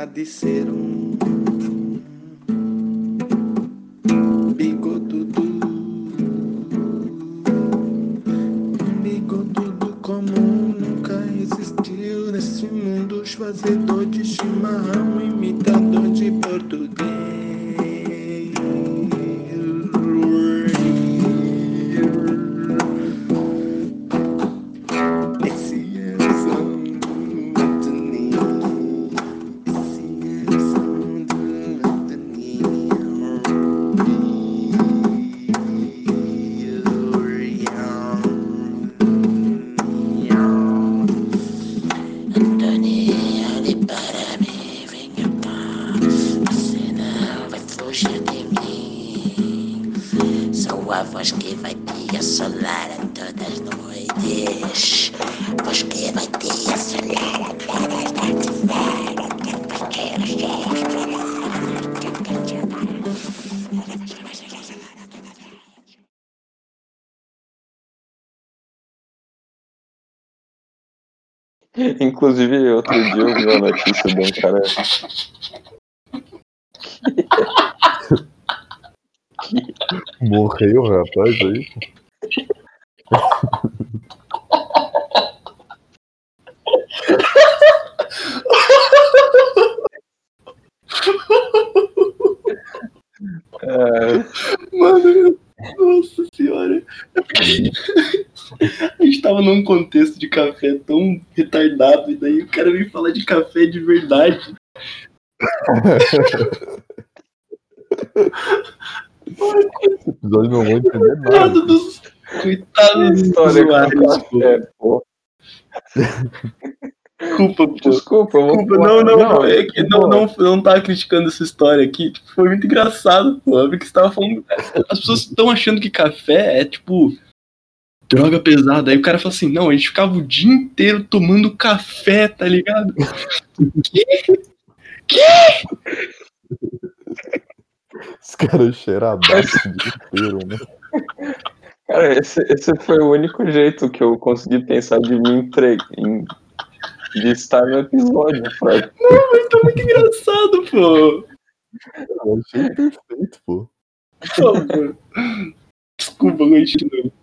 de ser um bigodudo. Um bigodudo comum nunca existiu nesse mundo. Fazedor de chimarrão, imitador de português. Esse é o som do Antoninho. Esse é o som do Antoninho. Antoninho, olhe para mim, venha cá. Você não vai fugir de mim. Sou a voz que vai te assolar a todas as noites. Voz que vai te assolar a todas as noites. Inclusive, outro dia eu vi a notícia de um cara Morreu o rapaz aí. É, Mano, nossa senhora. É porque a gente tava num contexto de café tão retardado, e daí o cara veio falar de café de verdade. Esse episódio não vou entender nada. Coitado dos, coitado dos história com usuários, pô. café, pô. Desculpa, pô. Desculpa, eu vou Desculpa, não, não, não, é que não, não, não tava criticando essa história aqui. Tipo, foi muito engraçado, pô. Porque você tava falando. As pessoas estão achando que café é tipo droga pesada. Aí o cara fala assim: não, a gente ficava o dia inteiro tomando café, tá ligado? Que? Que? Esse cara cheiradaço o dia inteiro, né? Cara, esse, esse foi o único jeito que eu consegui pensar de me entregar, de estar no episódio, Fred. Não, mas tá muito engraçado, pô. Eu achei perfeito, pô. Por favor. Desculpa, continua.